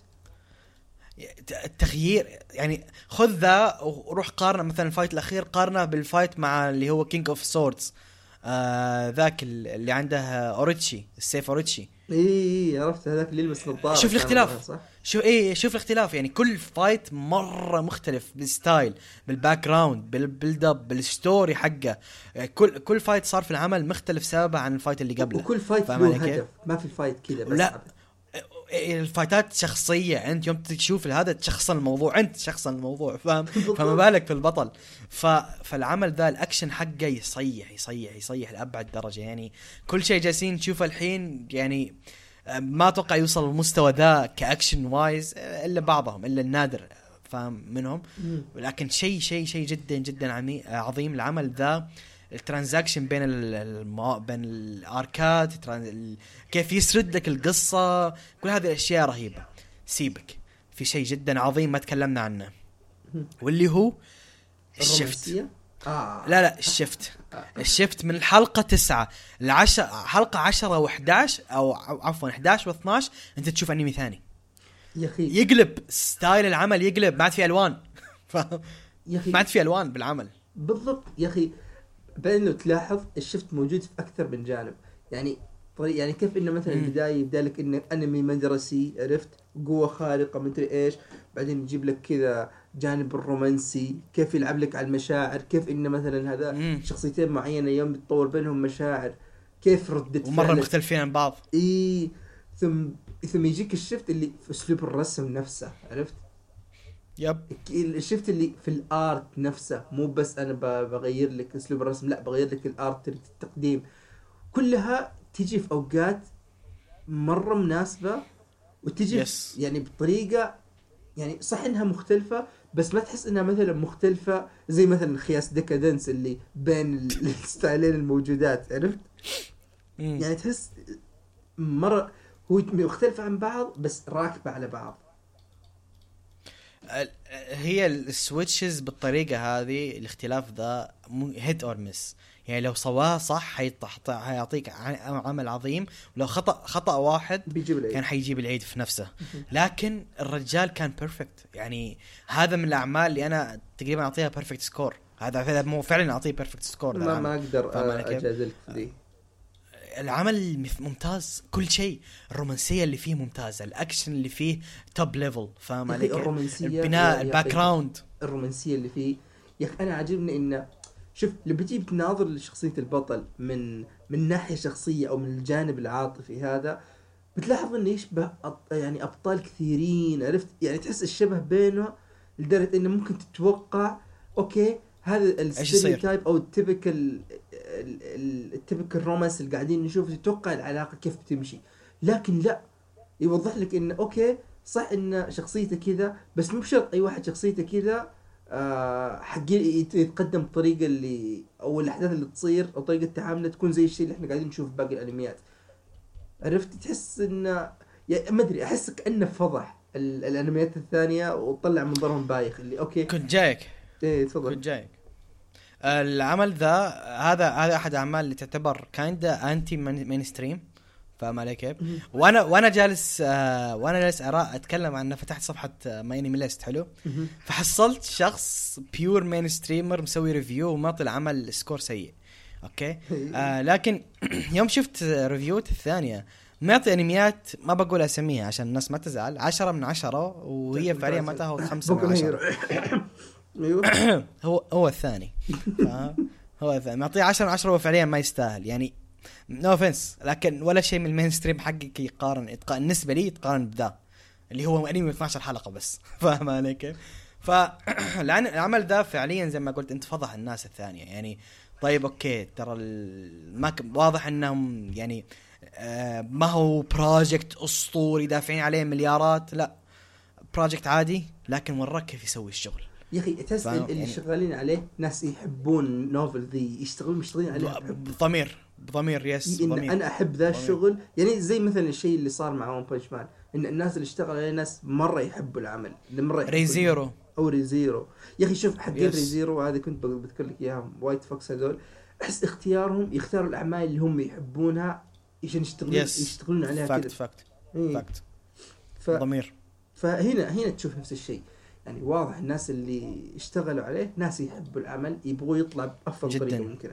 التغيير يعني خذ ذا وروح قارنه مثلا الفايت الاخير، قارنه بالفايت مع اللي هو كينج اوف سوردز آه ذاك اللي عنده اوريتشي، السيف اوريتشي. ايه عرفت هذاك اللي يلبس نظاره. شوف الاختلاف، شو ايه شوف الاختلاف، يعني كل فايت مره مختلف بالستايل، بالباك جراوند، بالبيلد اب، بالستوري حقه. كل كل فايت صار في العمل مختلف سببه عن الفايت اللي قبله، وكل فايت له هدف، ما في فايت كذا بس. لا الفايتات شخصيه، انت يوم تشوف هذا تشخصن الموضوع، انت شخصن الموضوع، فاهم؟ فما بالك في البطل. ف... فالعمل ذا الاكشن حقه يصيح يصيح يصيح لابعد درجه، يعني كل شيء جالسين نشوفه الحين يعني ما اتوقع يوصل للمستوى ذا كاكشن وايز الا بعضهم، الا النادر فاهم منهم. ولكن شيء شيء شيء جدا جدا عظيم العمل ذا. الترانزاكشن بين المو... بين الاركات، التران... كيف يسرد لك القصه، كل هذه الاشياء رهيبه. سيبك في شيء جدا عظيم ما تكلمنا عنه، واللي هو الشفت. آه. لا لا الشفت الشفت من الحلقة تسعة العشر حلقة عشرة وحداش أو عفوا حداش واثناش أنت تشوف أنمي ثاني يا أخي. يقلب ستايل العمل، يقلب ما عاد في ألوان يا أخي ما عاد في ألوان بالعمل بالضبط يا أخي. بعدين لو تلاحظ الشفت موجود في أكثر من جانب، يعني طريق يعني كيف إنه مثلا البداية يبدأ لك إنه أنمي مدرسي، عرفت؟ قوة خارقة مدري إيش، بعدين يجيب لك كذا جانب الرومانسي، كيف يلعب لك على المشاعر، كيف إنه مثلا هذا مم. شخصيتين معينة يوم بتطور بينهم مشاعر، كيف ردة فعل ومرة مختلفين عن بعض. إيه ثم ثم يجيك الشفت اللي في أسلوب الرسم نفسه، عرفت؟ يب الشفت اللي في الارت نفسه، مو بس انا بغير لك اسلوب الرسم، لا بغير لك الارت، التقديم، كلها تيجي في اوقات مره مناسبه، وتيجي yes. يعني بطريقه يعني صح انها مختلفه، بس ما تحس انها مثلا مختلفه زي مثلا خياس ديكادنس اللي بين الستايلين الموجودات، عرفت؟ يعني تحس مره هو مختلف عن بعض بس راكبه على بعض. هي السويتشز بالطريقة هذه، الاختلاف ذا هيت اور مس، يعني لو سواها صح هيعطيك عمل عظيم، ولو خطأ خطأ واحد كان حيجيب العيد في نفسه. لكن الرجال كان بيرفكت، يعني هذا من الأعمال اللي أنا تقريبا أعطيها بيرفكت سكور. هذا مو فعلا أعطيه بيرفكت سكور. ما ما أقدر أجازلك في دي. العمل ممتاز، كل شيء، الرومانسيه اللي فيه ممتازه، الاكشن اللي فيه توب ليفل، فاهم عليك؟ البناء، الباك جراوند، الرومانسيه اللي فيه يا اخي انا عاجبني انه شوف لو بتجي بتناظر لشخصيه البطل من من ناحيه شخصيه او من الجانب العاطفي هذا، بتلاحظ انه يشبه يعني ابطال كثيرين، عرفت؟ يعني تحس الشبه بينه لدرجه انه ممكن تتوقع اوكي هذا إيش يصير؟ الستيريوتايب او التيبيكال التيبيكال رومانس اللي قاعدين نشوفه، تتوقع العلاقه كيف بتمشي. لكن لا، يوضح لك انه اوكي صح ان شخصيته كذا، بس مو بشرط اي واحد شخصيته كذا آه حق يتقدم بطريقه اللي او الاحداث اللي تصير او طريقه تعامله تكون زي الشيء اللي احنا قاعدين نشوفه في باقي الانميات. عرفت؟ تحس انه يعني ما ادري، احس كانه فضح ال- الانميات الثانيه وطلع منظرهم بايخ اللي اوكي. كنت جايك ايه تفضل. كنت جايك العمل ذا، هذا هذا احد الاعمال اللي تعتبر كايندا انتي مين ستريم، فاهم علي كيف؟ وانا وانا جالس آه وانا جالس اراء اتكلم عنه، فتحت صفحه ماي انمي ليست حلو، فحصلت شخص بيور مين ستريمر مسوي ريفيو ومعطي العمل سكور سيء. اوكي آه لكن يوم شفت ريفيوات الثانيه معطي انميات ما بقول اسميها عشان الناس ما تزعل، عشرة من عشرة، وهي فعليا ما تاخذ خمسة من عشرة. ايوه هو هو الثاني فاهم، هو الثاني معطيه عشرة من عشرة، هو فعليا ما يستاهل يعني، نو اوفنس، لكن ولا شيء من المين ستريم حقك يقارن يتقارن بالنسبه لي يتقارن بذا اللي هو انمي اثنا عشر حلقه بس. فاهم علي كيف؟ فالعمل ذا فعليا زي ما قلت انت فضح الناس الثانيه يعني. طيب اوكي ترى ما واضح انهم يعني آه ما هو بروجكت اسطوري دافعين عليه مليارات، لا بروجكت عادي لكن وراك كيف يسوي الشغل يا اخي. تحس اللي يعني شغالين عليه ناس يحبون النوفل ذي، يشتغلون مشتغلين عليه بضمير بضمير يس إن بضمير. انا احب ذا الشغل يعني، زي مثلا الشيء اللي صار مع ون بانش مان، ان الناس اللي اشتغل عليه ناس مره يحبوا العمل، اللي مره يحبوا ريزيرو او ريزيرو. يا اخي شوف حقين Yes. ريزيرو هذه كنت بذكر لك اياها، وايت فوكس هذول احس اختيارهم يختاروا الاعمال اللي هم يحبونها عشان يشتغلون Yes. يشتغلون عليها فاكت كذا. فاكت إيه. فاكت ف... ضمير. فهنا هنا تشوف نفس الشيء يعني، واضح الناس اللي اشتغلوا عليه ناس يحبوا العمل، يبغوا يطلع بافضل جداً. طريقه ممكنه.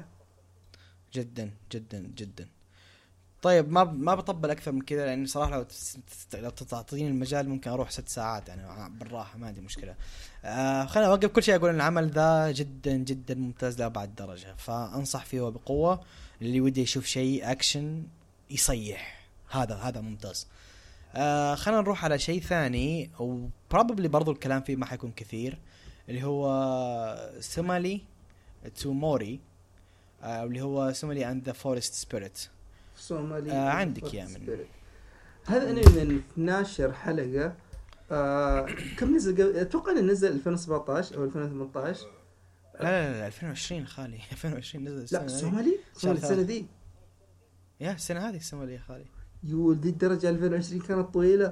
جدا جدا جدا. طيب ما ما بطبل اكثر من كذا لان صراحه لو تس... لو تعطيني المجال ممكن اروح ست ساعات يعني بالراحه، ما عندي مشكله. آه خلينا اوقف كل شيء، اقول ان العمل ذا جدا جدا ممتاز لأبعد درجه، فانصح فيه بقوه. اللي ودي يشوف شيء اكشن يصيح هذا هذا ممتاز. آه خلينا نروح على شيء ثاني وبروبلي برضو الكلام فيه ما حيكون كثير، اللي هو سومالي تو موري، آه اللي هو سومالي اند ذا فورست سبيريت. سومالي آه عندك يا من هذا انمي من اثنتي عشرة حلقه. آه كم نزل قبل؟ اتوقع انه نزل ألفين وسبعة عشر او ألفين وثمانية عشر. لا لا لا ألفين وعشرين خالي ألفين وعشرين نزل السنة. لا سومالي سومالي السنه ذي، يا السنة هذه السومالي يا خالي. يقول دي الدرجه ألفين وعشرين كانت طويله.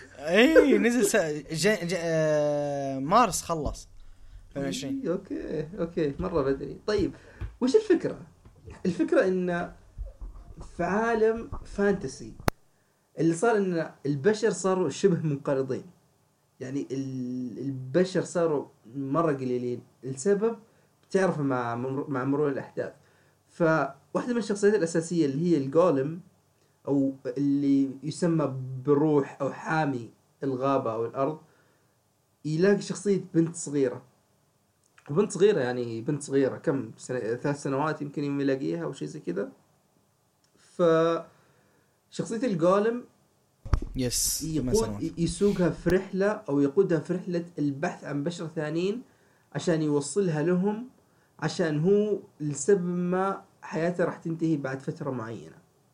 اي نزل س... ج... ج... آه... مارس خلص ألفين وعشرين. اوكي اوكي مره بدري. طيب وش الفكره؟ الفكره ان في عالم فانتسي اللي صار ان البشر صاروا شبه منقرضين، يعني البشر صاروا مرة قليلين. السبب بتعرف مع مع مرور الأحداث. فواحدة من الشخصيات الأساسية اللي هي الجولم أو اللي يسمى بروح أو حامي الغابة أو الأرض، يلاقي شخصية بنت صغيرة، وبنت صغيرة يعني بنت صغيرة كم سنة، ثلاث سنوات يمكن يوم يلاقيها أو شيء زي كذا. فشخصية الجولم يس يقود يسوقها في رحلة أو يقودها في رحلة البحث عن بشر ثانيين عشان يوصلها لهم، عشان هو لسبب ما حياته راح تنتهي بعد فترة معينة.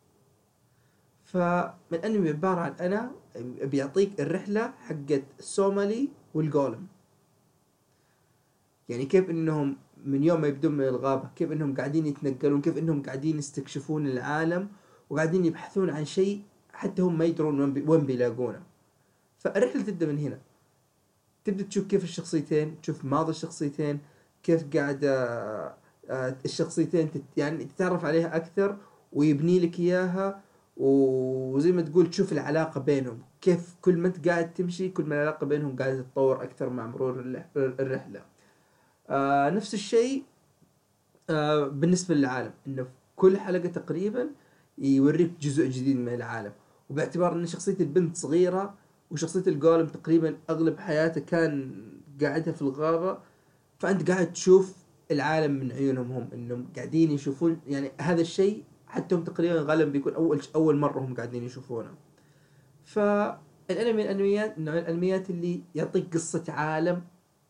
فمن أنمي عبارة عن أنا بيعطيك الرحلة حقت سومالي والجولم، يعني كيف إنهم من يوم ما يبدون من الغابة كيف إنهم قاعدين يتنقلون، كيف إنهم قاعدين يستكشفون العالم وقاعدين يبحثون عن شيء حتى هم ما يدرون وين بيلاقونه. فالرحلة تبدأ من هنا، تبدأ تشوف كيف الشخصيتين، تشوف ماضي الشخصيتين، كيف قاعدة الشخصيتين يعني تتعرف عليها أكثر ويبني لك إياها، وزي ما تقول تشوف العلاقة بينهم، كيف كل ما انت قاعد تمشي كل ما العلاقة بينهم قاعدة تتطور أكثر مع مرور الرحلة. آه نفس الشيء آه بالنسبة للعالم، إنه في كل حلقة تقريبا يوريك جزء جديد من العالم، وباعتبار ان شخصية البنت صغيرة وشخصية الجولم تقريبا اغلب حياته كان قاعدها في الغابة، فانت قاعد تشوف العالم من عيونهم هم، انهم قاعدين يشوفون يعني هذا الشيء حتى هم تقريبا غالبا بيكون اول اول مرة هم قاعدين يشوفونه. فالانمي الانميات نوع الانميات اللي يعطيك قصة عالم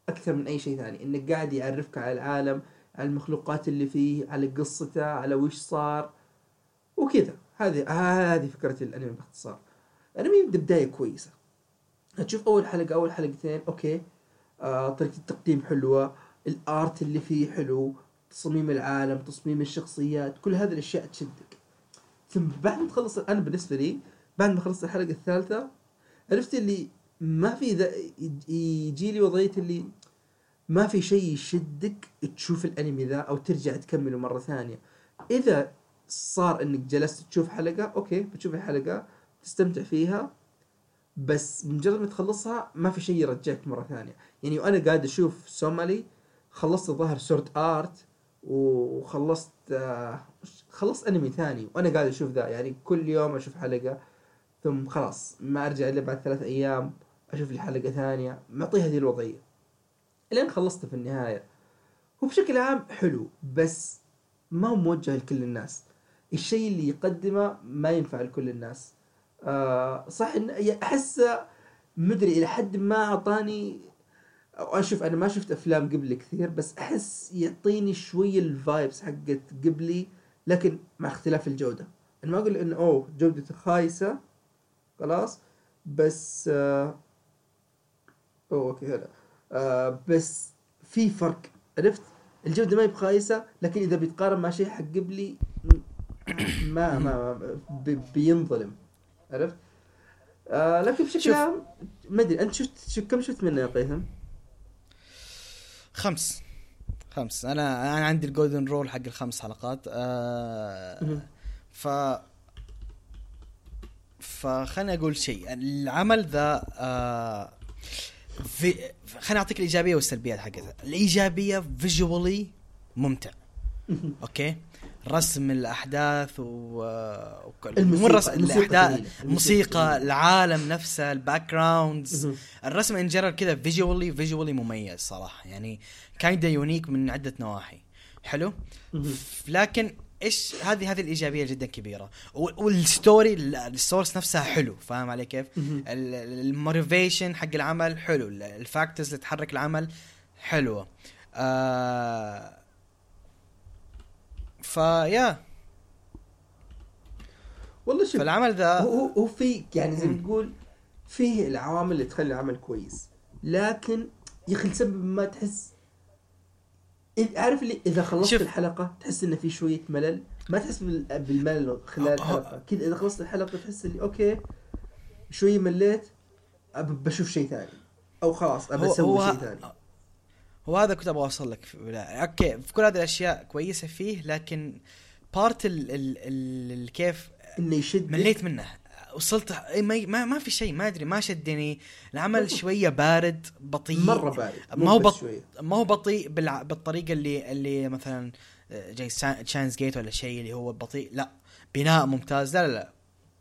اكثر من اي شيء ثاني، انك قاعد يعرفك على العالم، على المخلوقات اللي فيه، على قصته، على وش صار وكذا. هذه هذه فكرة الانمي باختصار. الانمي يبدا بداية كويسة، هتشوف اول حلقة اول حلقتين اوكي، آه طريقة التقديم حلوة، الارت اللي فيه حلو، تصميم العالم، تصميم الشخصيات، كل هذه الاشياء تشدك. ثم بعد ما تخلص، انا بالنسبة لي بعد ما خلصت الحلقة الثالثة عرفت اللي ما في ذا، يجي لي وضعية اللي ما في شيء يشدك تشوف الانمي ذا او ترجع تكمله مرة ثانية. اذا صار انك جلست تشوف حلقة اوكي، بتشوف الحلقة تستمتع فيها، بس بمجرد ما تخلصها ما في شيء يرجعك مرة ثانية. يعني وانا قاعد اشوف سومالي، خلصت ظهر سورد ارت، وخلصت آه خلصت انمي ثاني وانا قاعد اشوف ذا، يعني كل يوم اشوف حلقة، ثم خلاص ما ارجع الا بعد ثلاث ايام اشوف لي حلقة ثانية، معطيها هذه الوضعية لين خلصته في النهاية. هو بشكل عام حلو بس ما هو موجه لكل الناس، الشيء اللي يقدمه ما ينفع لكل الناس. آه صح ان احس مدري الى حد ما اعطاني، او اشوف انا ما شفت افلام قبل كثير بس احس يعطيني شويه الفايبس حقت قبلي، لكن مع اختلاف الجوده. انا ما اقول انه اوه جودته خايسه خلاص، بس آه اوه اوكي هلا آه بس في فرق، عرفت؟ الجوده ما هي بخايسه، لكن اذا بيتقارن مع شيء حق قبلي ما ما بي- بينظلم، عرفت؟ آه لكن بشكل شوف، عام ما ادري انت شفت شو كم شفت منه يا قيثم؟ خمس خمس انا انا عندي الجولدن رول حق الخمس حلقات. آه ف فخلني اقول شيء، العمل ذا آه في خليني اعطيك الايجابيه والسلبيات حقتها. الايجابيه فيجوالي ممتع اوكي، رسم الاحداث و الموسيقى الاحداث، الموسيقى، العالم نفسه، الباك جراوندز، الرسم ان جنرال كذا فيجوالي فيجوالي مميز صراحه، يعني كايندا يونيك من عده نواحي، حلو. لكن ايش هذه هذه الايجابيه جدا كبيره، والستوري السورس نفسها حلو، فاهم علي كيف؟ الموتيفيشن حق العمل حلو، الفاكتورز اللي تحرك العمل حلوه. آه فيا والله شوف، فالعمل ذا هو هو في يعني زي ما تقول فيه العوامل اللي تخلي العمل كويس، لكن يا اخي لسبب ما تحس، عارف اللي اذا خلصت شوف. الحلقه تحس انه في شويه ملل، ما تحس بال- بالملل خلال الحلقه كذا. اذا خلصت الحلقه تحس اللي اوكي شويه مليت، أب بشوف شيء ثاني، او خلاص ابى هو اسوي هو شيء ثاني. هو هذا كنت ابغى اوصل لك. لا اوكي، في كل هذه الاشياء كويسه فيه، لكن بارت ال ال ال كيف انه يشد، مليت منه، وصلت ما ما, ما في شيء، ما ادري ما شدني العمل. شويه بارد بطيء، مره بارد، ما هو بط... شوية. ما هو بطيء بالع... بالطريقه اللي اللي مثلا جاي تشانس جيت ولا شيء اللي هو بطيء، لا بناء ممتاز، لا لا لا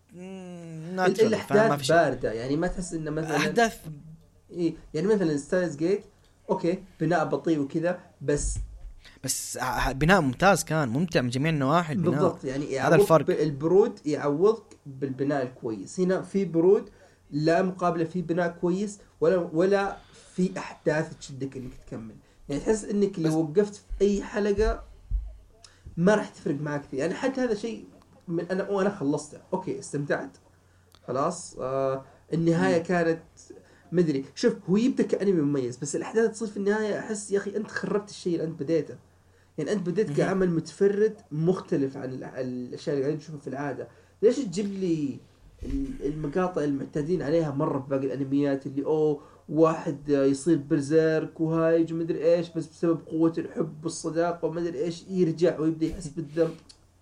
ال- الاحداث بارده، يعني ما تحس انه مثلا احداث إيه، يعني مثلا ستايلز جيت اوكي بناء بطيء وكذا، بس بس بناء ممتاز، كان ممتع من جميع النواحي البناء. بالضبط، يعني هذا الفرق. البرود يعوضك بالبناء الكويس. هنا في برود لا مقابله في بناء كويس، ولا ولا في احداث تشدك انك تكمل. يعني تحس انك لو وقفت في اي حلقه ما راح تفرق معك فيه. يعني حتى هذا شيء من انا وانا خلصته اوكي استمتعت خلاص. آه النهايه م. كانت مدري، شوف هو يبدأ كأنمي مميز، بس الأحداث تصير في النهاية أحس يا أخي أنت خربت الشيء اللي أنت بديته. يعني أنت بديت كعمل متفرد مختلف عن الأشياء اللي قاعدين نشوفها في العادة. ليش تجيب لي المقاطع المعتادين عليها مرة في باقي الأنميات اللي أوه واحد يصير برزيرك وهايج ومدري إيش، بس بسبب قوة الحب والصداقة ومدري إيش يرجع ويبدأ يحس بالذنب.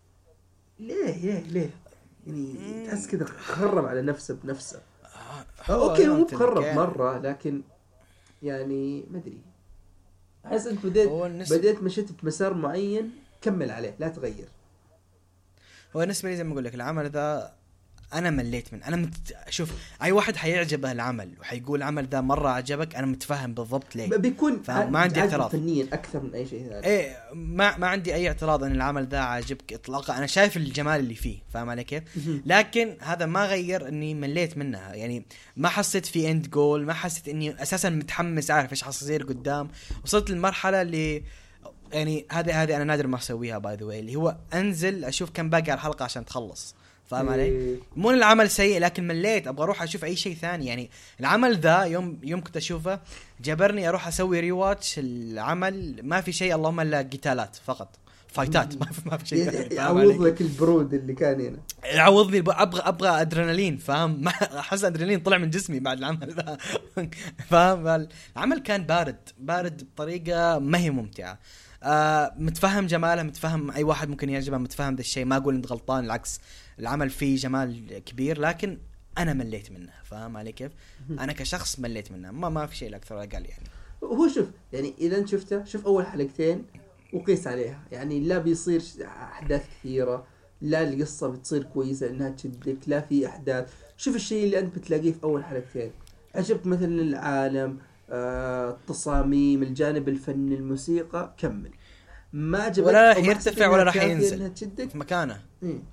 ليه ليه ليه يعني تحس كذا خرب على نفسه بنفسه. اوكي مو بخرب مره، لكن يعني ما ادري، احس انت بديت بديت مشيت بمسار معين كمل عليه لا تغير. هو بالنسبه لي زي ما اقول لك العمل ذا انا مليت من انا مت... شوف اي واحد حيعجبه العمل وحيقول العمل ذا مره عجبك، انا متفهم بالضبط ليه بيكون ما عندي اعتراض فنيا اكثر من اي شيء ثاني. ايه ما ما عندي اي اعتراض ان العمل ذا عاجبك اطلاقا، انا شايف الجمال اللي فيه، فاهم علي كيف؟ لكن هذا ما غير اني مليت منها، يعني ما حسيت في اند جول، ما حسيت اني اساسا متحمس عارف ايش حصير قدام. وصلت للمرحله اللي يعني هذه هذه انا نادر ما اسويها باي ذا واي، اللي هو انزل اشوف كم باقي على الحلقه عشان تخلص، فاهم علي؟ مو العمل سيء لكن مليت، ابغى اروح اشوف اي شيء ثاني. يعني العمل ذا يوم يوم كنت اشوفه جبرني اروح اسوي ريواتش العمل، ما في شيء اللهم الا قتالات فقط، فايتات، ما في ما في شيء ثاني. يعوض لك البرود اللي كان هنا، يعوضني ابغى ابغى ادرينالين، فاهم؟ احس ادرينالين طلع من جسمي بعد العمل ذا فاهم؟ العمل كان بارد بارد بطريقه ما هي ممتعه. آه متفهم جماله، متفهم اي واحد ممكن يعجبه، متفهم ذا الشيء، ما اقول انت غلطان، العكس العمل فيه جمال كبير، لكن انا مليت منه، فاهم علي كيف؟ انا كشخص مليت منه، ما ما في شيء اكثر ولا اقل. يعني هو شوف، يعني اذا انت شفته شوف اول حلقتين وقيس عليها، يعني لا بيصير احداث كثيره، لا القصه بتصير كويسه انها تشدك، لا في احداث. شوف الشيء اللي انت بتلاقيه في اول حلقتين، عجبك مثلا العالم، التصاميم، الجانب الفني، الموسيقى، كمل. ما عجبك ولا راح يرتفع ولا راح ينزل في مكانه، إيه.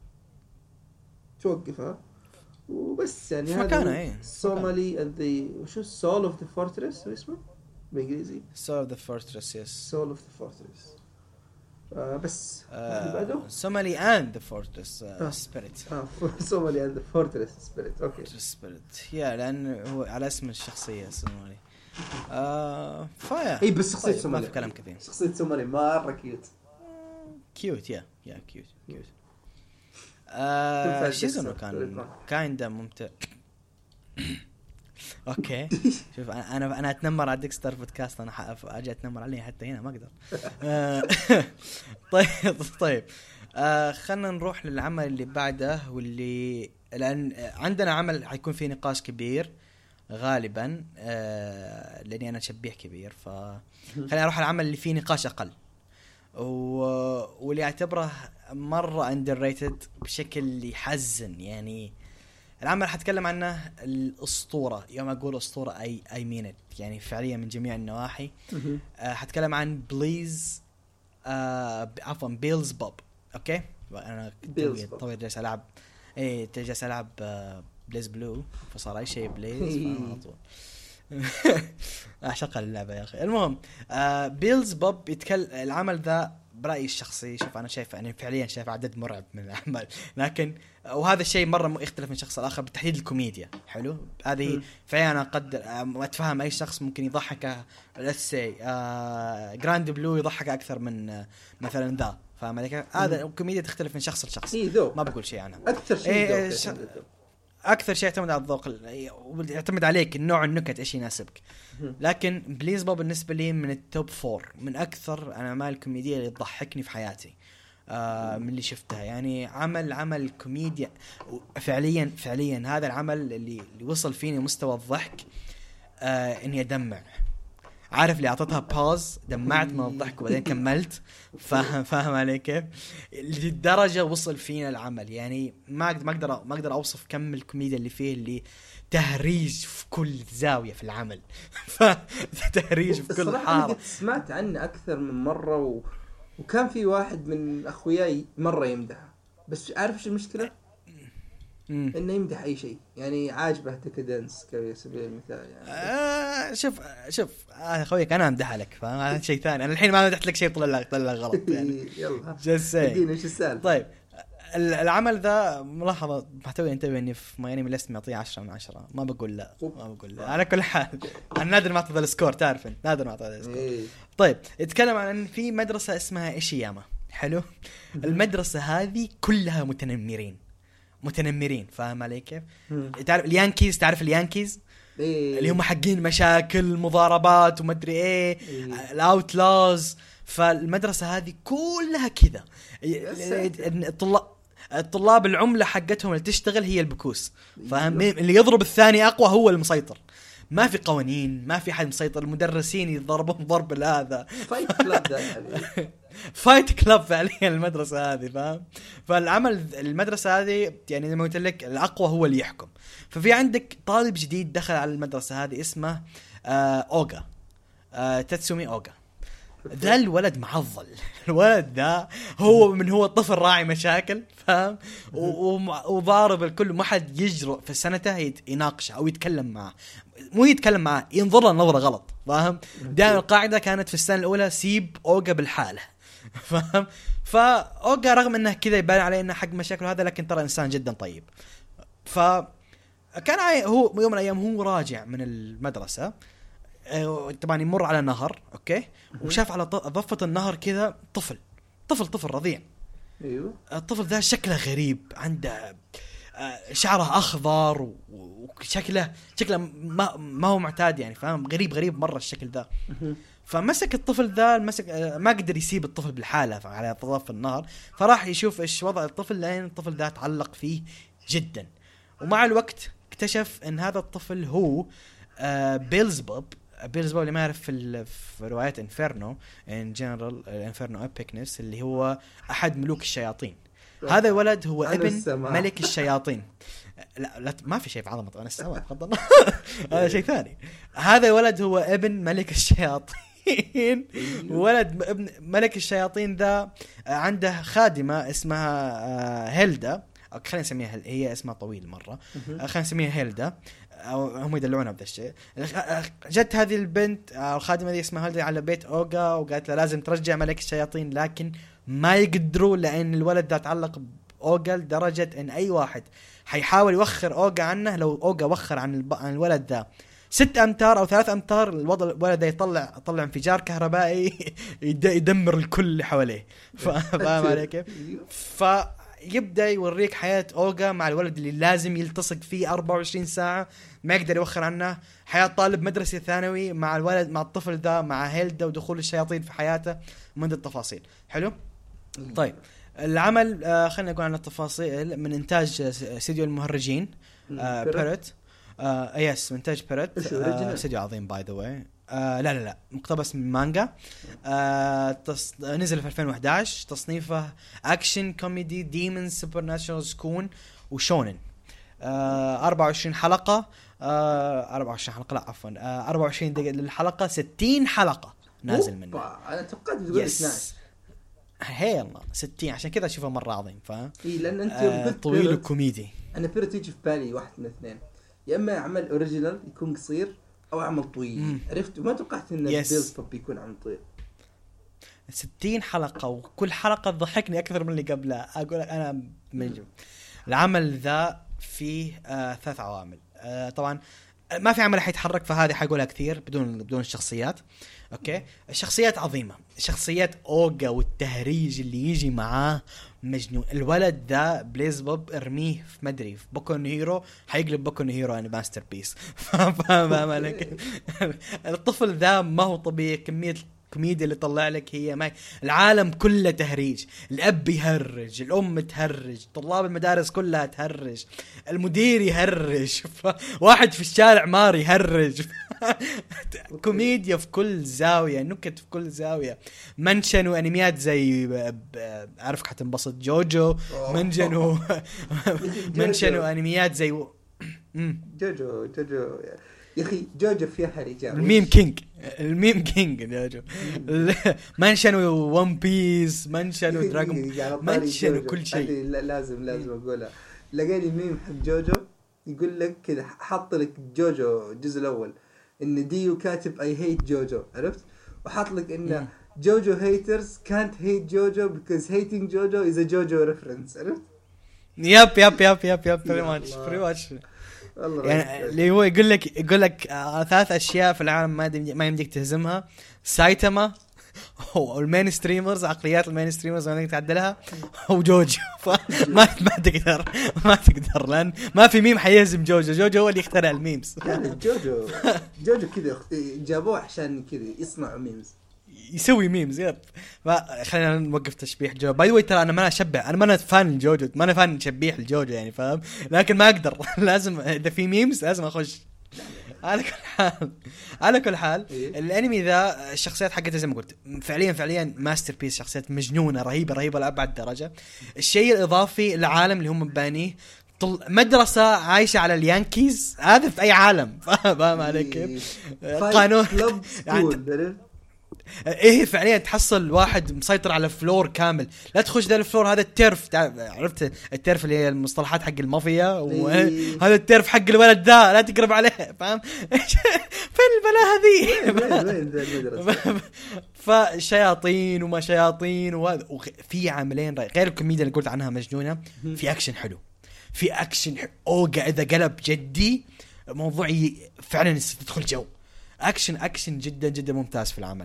توقفها وبس. يعني في مكانه ايه سومالي اند ذا وشو سول اوف ذا فورتريس اسمه بالانجليزي، سول اوف ذا فورتريس. يس سول اوف ذا فورتريس. بس آه بعده سومالي اند ذا فورتريس سبيريت. اه سومالي اند ذا فورتريس سبيريت. اوكي سبيريت يا لان هو على اسم الشخصيه سومالي. آه فيا اي بس شخصيه طيب سومالي ما في كلام كثير. شخصيه سومالي مره كيوت كيوت يا يا كيوت كيوت. آه شيزونو كان كايندا ممتع. اوكي شوف انا انا اتنمر على ديكستر بودكاست، انا حقف اجي اتنمر عليه حتى هنا ما اقدر. آه طيب طيب آه خلنا نروح للعمل اللي بعده، واللي لان عندنا عمل حيكون فيه نقاش كبير غالبا، آه لاني انا شبيح كبير، فخليني اروح العمل اللي فيه نقاش اقل واللي اعتبره مره underrated بشكل يحزن. يعني العمل حتكلم عنه الاسطوره، يوم اقول اسطوره اي اي مين يعني فعليا من جميع النواحي. آه حتكلم عن بليز آه عفوا بيلز بوب. اوكي انا طويل جالس العب ايه جالس العب آه بليز بلو، فصار اي شيء بليز على طول. اعشق اللعبه يا اخي. المهم آه بيلز بوب يتكلم العمل ذا برأيي الشخصي. شوف أنا شايف يعني فعليا شايف عدد مرعب من الأعمال، لكن وهذا الشيء مرة يختلف من شخص لآخر، بالتحديد الكوميديا حلو هذه فعليا أنا أقدر أتفهم أي شخص ممكن يضحك let's say آه جراند بلو يضحك أكثر من آه مثلا ذا، فاهم عليك؟ هذا الكوميديا تختلف من شخص لشخص، ما بقول شيء عنها. أكثر شيء إيه ش... أكثر شيء يعتمد على الذوق، يعتمد عليك النوع النكت إيش يناسبك. لكن بليز بوب بالنسبة لي من التوب فور من أكثر الأعمال الكوميدية اللي تضحكني في حياتي آه من اللي شفتها. يعني عمل عمل كوميديا فعليا فعليا هذا العمل اللي, اللي وصل فيني مستوى الضحك آه إني أدمع، عارف اللي أعطتها باوز دمعت من الضحك وبعدين كملت، فاهم فاهم علي كيف؟ للدرجة وصل فينا العمل. يعني ما ما أقدر ما أقدر أوصف كم الكوميديا اللي فيه، اللي تهريج في كل زاوية في العمل فتهريج في كل حارة. سمعت عنه أكثر من مرة و... وكان في واحد من أخوياي مرة يمدحه، بس عارف إيش المشكلة؟ مم. إنه يمدح أي شيء، يعني عاجبه ديكادنس كسبيل المثال. يعني آه شوف شوف آه أخويك أنا أمدح لك، فهذا شيء ثاني. أنا الحين ما مدحت لك شيء طلع طلع غلط يعني. يلا اديني إيش السالفة. طيب العمل ذا ملاحظة محتوي انتبه اني في مايني من لست معطيه عشرة من عشرة، ما بقول لا ما بقول لا على كل حال. انا نادر ما اعطي السكور، تعرف نادر ما اعطي السكور. طيب يتكلم عن ان في مدرسة اسمها إيشياما حلو. المدرسة هذه كلها متنمرين متنمرين فاهم علي كيف؟ تعرف اليانكيز، تعرف اليانكيز إيه؟ اللي هم حقين مشاكل مضاربات ومدري ايه, إيه؟ الاوتلاز. فالمدرسة هذه كلها كذا. الطلاب الطلاب العملة حقتهم اللي تشتغل هي البكوس، فاهم؟ اللي يضرب الثاني أقوى هو المسيطر. ما في قوانين، ما في حد مسيطر، المدرسين يضربون ضرب هذا فايت كلاب ده يعني. فايت كلاب فعليا المدرسة هذه، فاهم؟ فالعمل المدرسة هذه يعني زي ما قلت لك الأقوى هو اللي يحكم. ففي عندك طالب جديد دخل على المدرسة هذه اسمه آه أوغا، آه تاتسومي أوغا. ذا الولد معضل، الولد ذا هو من هو الطفل راعي مشاكل، فاهم؟ وضارب الكل، ما حد يجرؤ في سنته يناقشه أو يتكلم معه، مو يتكلم معه، ينظر له نظرة غلط، فاهم؟ دائما القاعدة كانت في السنة الأولى سيب أوغا بالحالة، فاهم؟ فأوغا رغم أنه كذا يبان عليه أنه حق مشاكل هذا، لكن ترى إنسان جدا طيب. فكان هو يوم من الأيام هو راجع من المدرسة، طبعا يمر على نهر، اوكي، وشاف على ضفة النهر كذا طفل طفل طفل رضيع. ايوه. الطفل ذا شكله غريب، عنده شعره اخضر وشكله شكله ما ما هو معتاد يعني، فاهم؟ غريب غريب مره الشكل ذا. فمسك الطفل ذا، مسك ما قدر يسيب الطفل بالحاله على ضفة النهر، فراح يشوف ايش وضع الطفل، لين الطفل ذا تعلق فيه جدا. ومع الوقت اكتشف ان هذا الطفل هو بيلزبوب. بيلزبوب اللي ما يعرف في, في روايات انفيرنو ان جنرال، انفيرنو ابيكنس، اللي هو احد ملوك الشياطين. هذا الولد هو ابن ملك الشياطين. لا, لا ما في شيء في عظمه انا السماء، تفضل. هذا شيء ثاني. هذا الولد هو ابن ملك الشياطين. ولد ابن ملك الشياطين ذا عنده خادمه اسمها هيلدا، أو خلينا نسميها، هي اسمها طويل مرة، خلينا نسميها هيلدا، أو هم يدلعونها بهذا الشيء. جت هذه البنت الخادمة دي اسمها هيلدا على بيت أوغا، وقالت له لازم ترجع ملك الشياطين، لكن ما يقدروا، لأن الولد ده تعلق بأوغا لدرجة إن أي واحد حيحاول يوخر أوغا عنه، لو أوغا وخر عن, عن الولد ده ست أمتار أو ثلاث أمتار، الولد ده يطلع طلع انفجار كهربائي يدمر الكل اللي حواليه. فاهم علي كيف؟ ف يبدأ يوريك حياة أوغا مع الولد اللي لازم يلتصق فيه أربعة وعشرين ساعة، ما يقدر يوخر عنه. حياة طالب مدرسة ثانوي مع الولد، مع الطفل ذا، مع هيلدا، ودخول الشياطين في حياته، من التفاصيل. حلو. طيب العمل آه خلينا نقول عن التفاصيل. من إنتاج استديو المهرجين آه بيرت. آه يس من إنتاج بيرت، آه استديو عظيم باي ذا واي. آه لا لا لا مقتبس من مانجا. آه تص... نزل في ألفين وأحد عشر. تصنيفه أكشن كوميدي ديمون سوبر ناتشورال سكون وشونن. آه أربعة وعشرين حلقة. آه أربعة وعشرين حلقة لا عفوا آه أربعة وعشرين دقيقة للحلقة، ستين حلقة نازل منه. أنا توقعت تقول اثنا عشر. هي الله ستين، عشان كذا أشوفه مرة عظيم. فاهم؟ إيه لأن أنت آه طويل وكوميدي. أنا بيرت يجي في بالي واحد من اثنين، يا إما عمل أوريجينال يكون قصير أو عمل طويل. مم. عرفت؟ وما توقعت إن بيلزبوب بيكون عمل طويل. ستين حلقة وكل حلقة تضحكني أكثر من اللي قبلها. أقول لك أنا منجم. العمل ذا فيه آه ثلاث عوامل. آه طبعا ما في عمل حيتحرك، فهذه حقولها كثير بدون بدون الشخصيات. أوكي، الشخصيات عظيمة، شخصيات أوغا والتهريج اللي يجي معاه مجنون. الولد ذا بليزبوب ارميه في مدري في بوكو هيرو حيقلب بوكو هيرو يعني ماستر بيس. فاهم عليك؟ الطفل ذا ما هو طبيعي، كمية الكوميديا اللي طلع لك هي ما العالم كله تهريج. الأب يهرج، الأم تهرج، طلاب المدارس كلها تهرج، المدير يهرج، واحد في الشارع مار يهرج. كوميديا في كل زاوية، نكت في كل زاوية. منشن وانميات زي عارفك حتنبسط جوجو. منشن و منشن وانميات زي جوجو جوجو يا اخي. جوجو فيها رجال. الميم كينج، الميم كينج جوجو. منشن وون بيس، منشن ودراغون، منشن وكل شيء. لازم لازم اقولها. لقيني ميم حق جوجو يقول لك كذا، حط لك جوجو الجزء الاول ان ديو كاتب اي هيت جوجو، عرفت؟ وحط لك ان جوجو هيترز كانت هيت جوجو because hating جوجو is a جوجو reference، عرفت؟ يب يب يب يب يب pretty much pretty much. يعني اللي هو يقول لك يقول لك آه ثلاث اشياء في العالم ما ما يمديك تهزمها: سايتاما، والمين ستريمرز، عقليات المين ستريمرز ما يمديك تعدلها، وجوجو. ما ما تقدر ما تقدر لان ما في ميم حيهزم جوجو. جوجو هو اللي يخترع الميمز. يعني جوجو جوجو كذا جابوه عشان كذا يصنعوا ميمز، يسوي ميمز. يب. فخلينا نوقف تشبيح جو. باي ذا واي ترى انا ما اشبع، انا ما انا فان جوجو، ما انا فان تشبيح الجوجو يعني، فاهم؟ لكن ما اقدر. لازم اذا في ميمز لازم اخش. على كل حال على كل حال إيه؟ الانمي ذا الشخصيات حقته زي ما قلت فعليا فعليا ماستر بيس، شخصيات مجنونه رهيبه رهيبه لأبعد درجه. الشيء الاضافي العالم اللي هم مبانيه مدرسة عايشة على اليانكيز، هذا في أي عالم فاهم عليك كيف؟ قانون يعني إيه فعليا تحصل واحد مسيطر على فلور كامل، لا تخش ذا الفلور، هذا الترف عرفت الترف اللي هي المصطلحات حق المافيا، وهذا الترف حق الولد ذا لا تقرب عليه، فاهم؟ فين البلاء هذه؟ فشياطين وما شياطين، وفي عاملين غير الكوميديا اللي قلت عنها مجنونة، في أكشن حلو، في أكشن أوجا إذا قلب جدي موضوعي فعلا تدخل جو أكشن أكشن جدا جدا ممتاز في العمل.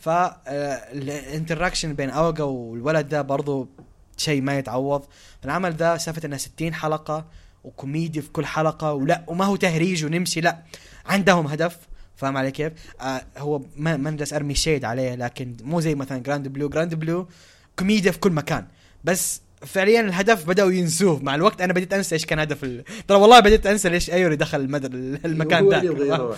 فالانتراكشن بين أوجا والولد ده برضو شيء ما يتعوض. العمل ده سافت أنها ستين حلقة وكوميدي في كل حلقة، ولا وما هو تهريج ونمشي، لا عندهم هدف، فاهم علي كيف؟ آه هو ما ما ندرس أرمي شيد عليه، لكن مو زي مثلا جراند بلو. جراند بلو كوميديا في كل مكان، بس فعليا الهدف بدأوا ينسوه مع الوقت. أنا بديت أنسى إيش كان هدف ال... ترى والله بديت أنسى ليش أيوري دخل المدر المكان ده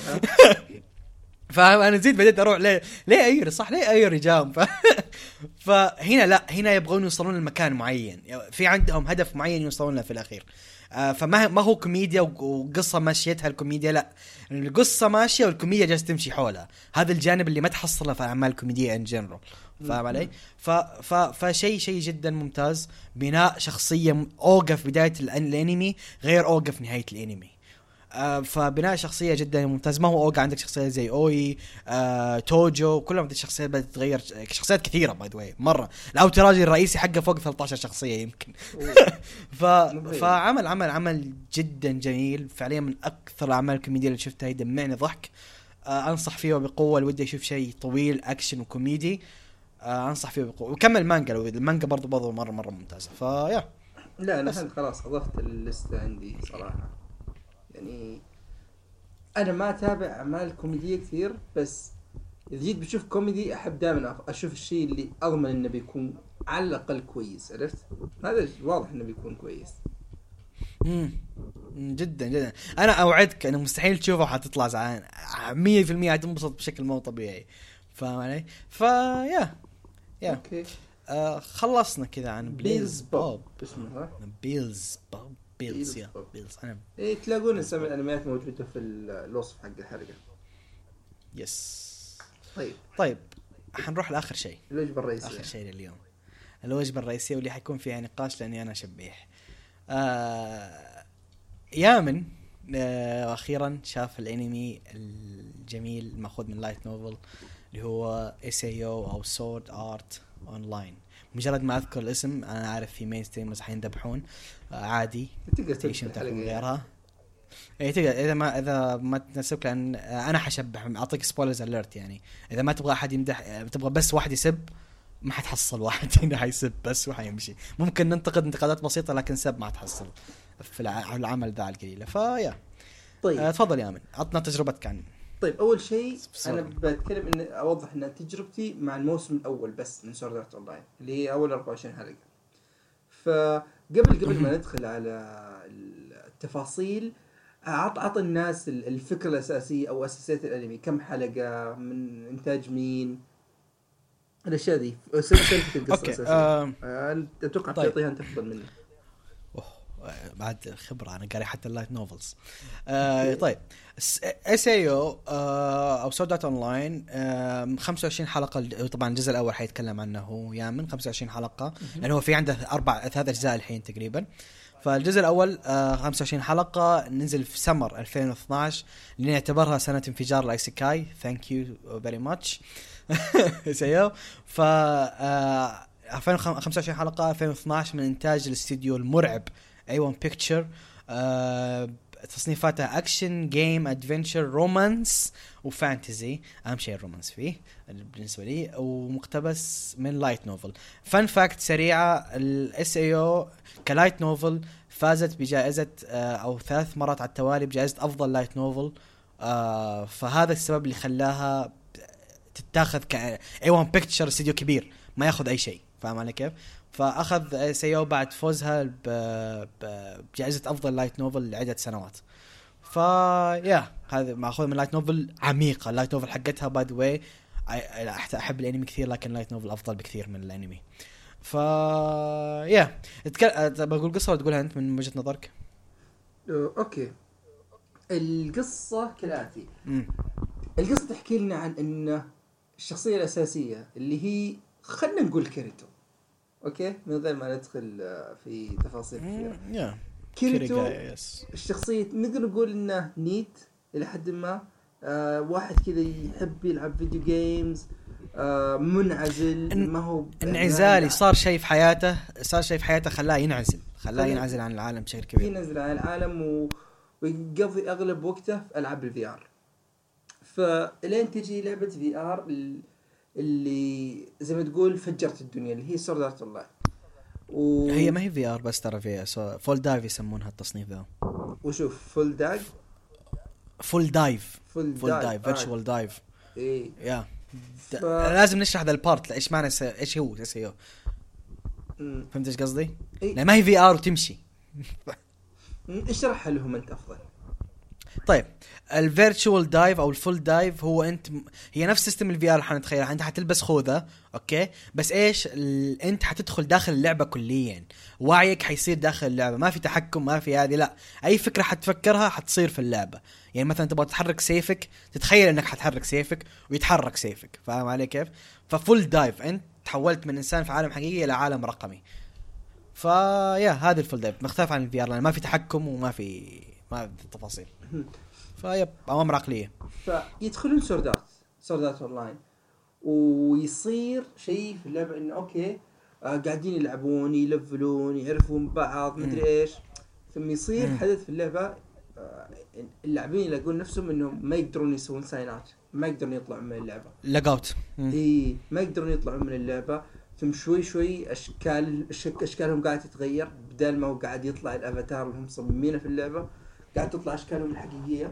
فاهم؟ أنا زيد بديت أروح ليه ليه أيوري صح ليه أيوري جام ف... فهنا لا، هنا يبغون يوصلون لمكان معين، في عندهم هدف معين يوصلون له في الأخير. آه فما ما هو كوميديا وقصة ماشيتها الكوميديا، لا القصة ماشية والكوميديا جالسة تمشي حولها. هذا الجانب اللي ما تحصله في أعمال الكوميديا إن جنرال، فاهم علي؟ ف ف فشيء شيء جدا ممتاز. بناء شخصية أوقف بداية الأنمي غير أوقف نهاية الأنمي. آه فبناء شخصية جدا ممتاز. ما هو أوقع عندك شخصية زي أوي آه توجو، كلهم الشخصيات بدأت تتغير، شخصيات كثيرة باي ذا واي مرة. الأوتراجي الرئيسي حقه فوق ثلاثة عشر شخصية يمكن ف فعمل عمل عمل جدا جميل فعليا، من أكثر الأعمال الكوميدية اللي شفتها، يدمعني ضحك. آه أنصح فيه بقوة، ودي أشوف شيء طويل أكشن وكوميدي، آه أنصح فيه بقوة. وكمل مانجا، لو المانجا برضو برضو مرة مرة ممتازة. فيا لا أنا خلاص أضفت الليستة عندي صراحة. يعني أنا ما أتابع أعمال كوميدية كثير، بس إذا جيت بشوف كوميدي أحب دائما أشوف الشيء اللي أضمن إنه بيكون على الأقل كويس، عرفت؟ هذا واضح إنه بيكون كويس. امم جدا جدا. أنا أوعدك أنه مستحيل تشوفه وحتطلع زعلان مية في المية، هتنبسط بشكل مو طبيعي، فاهم علي؟ فيا يا أوكي. آه خلصنا كذا عن بيلز بوب. اسمه بيلز بوب بيلز يا بيلز. أنا إيه تلاقون اسم الأنميات موجودة في الوصف حق الحلقة. يس. طيب طيب حنروح لآخر شيء، الوجبة الرئيسية. آخر شيء لليوم الوجبة الرئيسية، واللي حيكون فيها نقاش لأني أنا شبيح. آه يامن آه أخيرا شاف الأنمي الجميل المأخوذ من لايت نوفل اللي هو إس إيه أو أو سورد آرت أونلاين. مجرد ما أذكر الاسم أنا عارف في مين ستريمرز حيندبحون، آه عادي تيشن تكون غيرها. ايه تقدر اذا ما اذا ما تناسبك، لان انا حشبح اعطيك سبويلرز اليرت. يعني اذا ما تبغى احد يمدح، تبغى بس واحد يسب، ما حتحصل واحد هنا حيسب بس وحيمشي. ممكن ننتقد انتقادات بسيطه لكن سب ما تحصل في العمل ذا القليله. فيا طيب آه تفضل يا امن عطنا تجربتك عن. طيب اول شيء انا بتكلم ان اوضح ان تجربتي مع الموسم الاول بس من سورد آرت أونلاين اللي هي اول أربعة وعشرين حلقه. فقبل قبل ما ندخل على التفاصيل، أعط عط الناس الفكرة الأساسية أو أساسيات الأنمي، كم حلقة، من إنتاج مين، الأشياء دي سلسلة القصة الأساسية. آه أنت أتوقع طيب. تعطيها أنت أفضل مني. أوه بعد خبرة أنا قاري حتى اللايت نوفلز. آه طيب إس إيه أو آه أو سورد آرت أونلاين آه خمسة وعشرين حلقة. طبعا الجزء الأول حيتكلم عنه هو يامن خمسة وعشرين حلقة، لأنه هو في عنده أربع ثلاث أجزاء الحين تقريبا. فالجزء الأول آه خمسة وعشرين حلقة، نزل في سمر ألفين واثناشر، اللي نعتبرها سنة انفجار الأيسيكاي. ثانك يو فيري ماتش سيو. ف آه ألفين وخمسة وعشرين حلقة ألفين واثناشر من إنتاج الاستديو المرعب إيه وان بيكتشر. آه تصنيفاتها أكشن، جيم، أدفنتشر، رومانس وفانتزي. أهم شيء الرومانس فيه بالنسبة لي، ومقتبس من لايت نوفل. فان فاكت سريعة، الاس اي او كلايت نوفل فازت بجائزة آه أو ثلاث مرات على التوالي بجائزة أفضل لايت نوفل. آه فهذا السبب اللي خلاها تتاخذ ك إيه وان بيكتشر استديو كبير ما ياخذ أي شيء، فاهم علي كيف؟ فأخذ سيو بعد فوزها بجائزة أفضل لايت نوفل لعدة سنوات. فيا هذا ماخذ من لايت نوفل عميقه. اللايت نوفل حقتها باي ذا واي احب الانمي كثير، لكن لايت نوفل افضل بكثير من الانمي. ف يا اتكلم بقول قصه ولا تقولها انت من وجهه نظرك؟ اوكي، القصه كالاتي. امم القصه تحكي لنا عن ان الشخصيه الاساسيه اللي هي خلينا نقول كيريتو، اوكي، من غير ما ندخل في تفاصيل كثيره. يا كيريتو يس. الشخصيه نقدر نقول انه نيت الى حد ما، آه واحد كذا يحب يلعب فيديو جيمز، آه منعزل، إن ما هو انعزالي، صار شيء في حياته صار شيء في حياته خلاه ينعزل خلاه ينعزل عن العالم بشكل كبير، ينزل عن العالم و... ويقضي اغلب وقته في العاب الفي ار. فلين تجي لعبه في ار اللي زي ما تقول فجرت الدنيا، اللي هي سورد ارت اونلاين. و... هي ما هي في ار بس، ترى في فول دايف يسمونها التصنيف ذا. وشوف فول داج فول دايف فول دايف فيرتشوال دايف. ايه يا ف... لازم نشرح ذا البارت، ايش معنى س... ايش هو ايش هو فهمت ايش قصدي؟ إيه؟ لا ما هي في ار وتمشي. اشرحها لهم انت افضل. طيب الفيرتشوال دايف او الفول دايف هو انت هي نفس سيستم الفي ار اللي حنتخيلها. انت حتلبس خوذه اوكي، بس ايش ال... انت حتدخل داخل اللعبه كليا، وعيك حيصير داخل اللعبه، ما في تحكم ما في هذه، لا اي فكره حتفكرها حتصير في اللعبه. يعني مثلا تبغى تحرك سيفك، تتخيل انك حتحرك سيفك ويتحرك سيفك، فاهم علي كيف؟ ففول دايف انت تحولت من انسان في عالم حقيقي الى عالم رقمي. فيا هذا الفول دايف مختلف عن الفي ار لان ما في تحكم وما في ما في تفاصيل. فيب اوامر عقليه. فيدخلون سوردات سوردات اونلاين، ويصير شيء في اللعبه انه اوكي آه قاعدين يلعبون يلفلون يعرفون بعض مدري ايش، ثم يصير مم. حدث في اللعبه آه اللاعبين يلاقون نفسهم انهم ما يقدرون يسوون ساينات، ما يقدرون يطلعون من اللعبه لاجوت. اي ما يقدرون يطلعون من اللعبه. ثم شوي شوي اشكال اشكالهم قاعده تتغير، بدل ما هو قاعد يطلع الافاتار اللي هم مصممينه في اللعبه قاعد تطلع اشكالهم الحقيقيه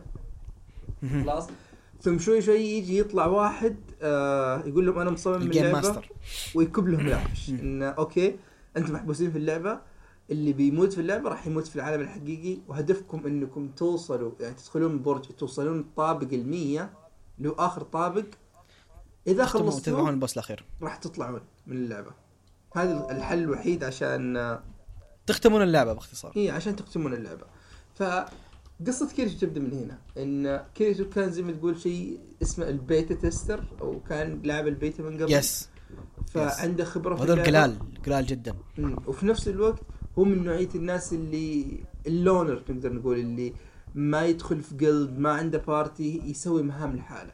خلاص. ثم شوي شوي يجي يطلع واحد آه يقول لهم انا مصمم من اللعبه ويكب لهم لافش ان اوكي انتم محبوسين في اللعبه، اللي بيموت في اللعبه راح يموت في العالم الحقيقي، وهدفكم انكم توصلوا يعني تدخلون برج توصلون الطابق المية اللي هو اخر طابق، اذا خلصتوا تذبحون البوس الاخير راح تطلعون من اللعبه. هذا الحل الوحيد عشان تختمون اللعبه باختصار. اي عشان تختمون اللعبه. ف قصة كيريتو تبدأ من هنا، إن كيريتو كان زي ما تقول شيء اسمه البيتا تيستر، أو كان لاعب البيتا من قبل. يس. فعنده خبرة في اللعبة. هذول قلال قلال جدا. وفي نفس الوقت هو من نوعية الناس اللي اللونر نقدر نقول، اللي ما يدخل في جلد، ما عنده بارتي، يسوي مهام لحاله.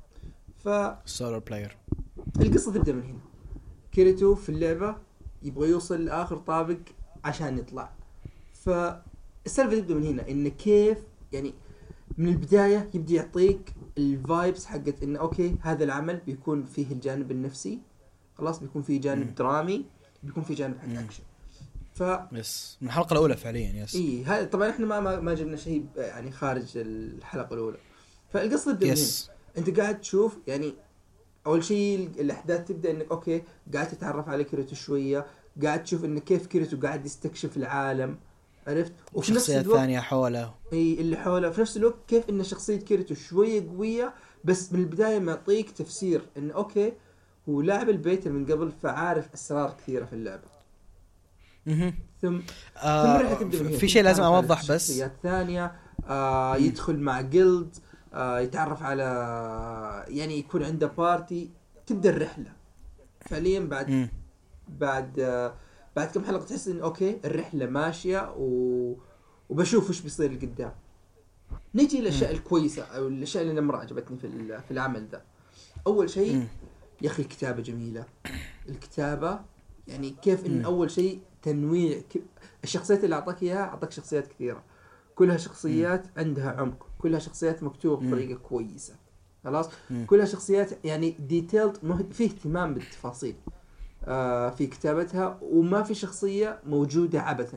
ف سولو بلاير. القصة تبدأ من هنا. كيريتو في اللعبة يبغى يوصل لآخر طابق عشان يطلع. ف السالفة تبدأ من هنا، إن كيف يعني من البداية يبدأ يعطيك الفايبس حقت إن أوكي هذا العمل بيكون فيه الجانب النفسي، خلاص بيكون فيه جانب م. درامي، بيكون فيه جانب حق أكشن. ف يس من الحلقة الأولى فعليا. يس إيه هذا طبعا إحنا ما ما, ما جبنا شيء يعني خارج الحلقة الأولى. فالقصة تبدأ من هنا، أنت قاعد تشوف يعني أول شيء الأحداث تبدأ إنك أوكي قاعد تتعرف على كيريتو شوية، قاعد تشوف إن كيف كيريتو قاعد يستكشف العالم، عرفت؟ وفي نفس الوقت ثانية حوله اي اللي حوله في نفس الوقت كيف ان شخصية كيريتو شوية قوية، بس من البداية ما يعطيك تفسير ان اوكي هو لاعب البيت من قبل فعارف اسرار كثيرة في اللعبة. اها ثم آه ثم في شيء لازم اوضح بس شخصيات ثانية آه يدخل مع جيلد آه يتعرف على يعني يكون عنده بارتي، تبدأ الرحلة فعليا بعد م. بعد آه بعد كم حلقة تحس إن أوكي الرحلة ماشية و... وبشوف وش بيصير القدام. نيجي للأشياء الكويسة أو الأشياء اللي مرة عجبتني في في العمل ذا. أول شيء يا أخي الكتابة جميلة. الكتابة يعني كيف إن أول شيء تنويع ك... الشخصيات اللي أعطاك إياها أعطاك شخصيات كثيرة، كلها شخصيات عندها عمق، كلها شخصيات مكتوبة بطريقة كويسة خلاص، كلها شخصيات يعني ديتيلد، فيه اهتمام بالتفاصيل آه في كتابتها، وما في شخصية موجودة عبثا،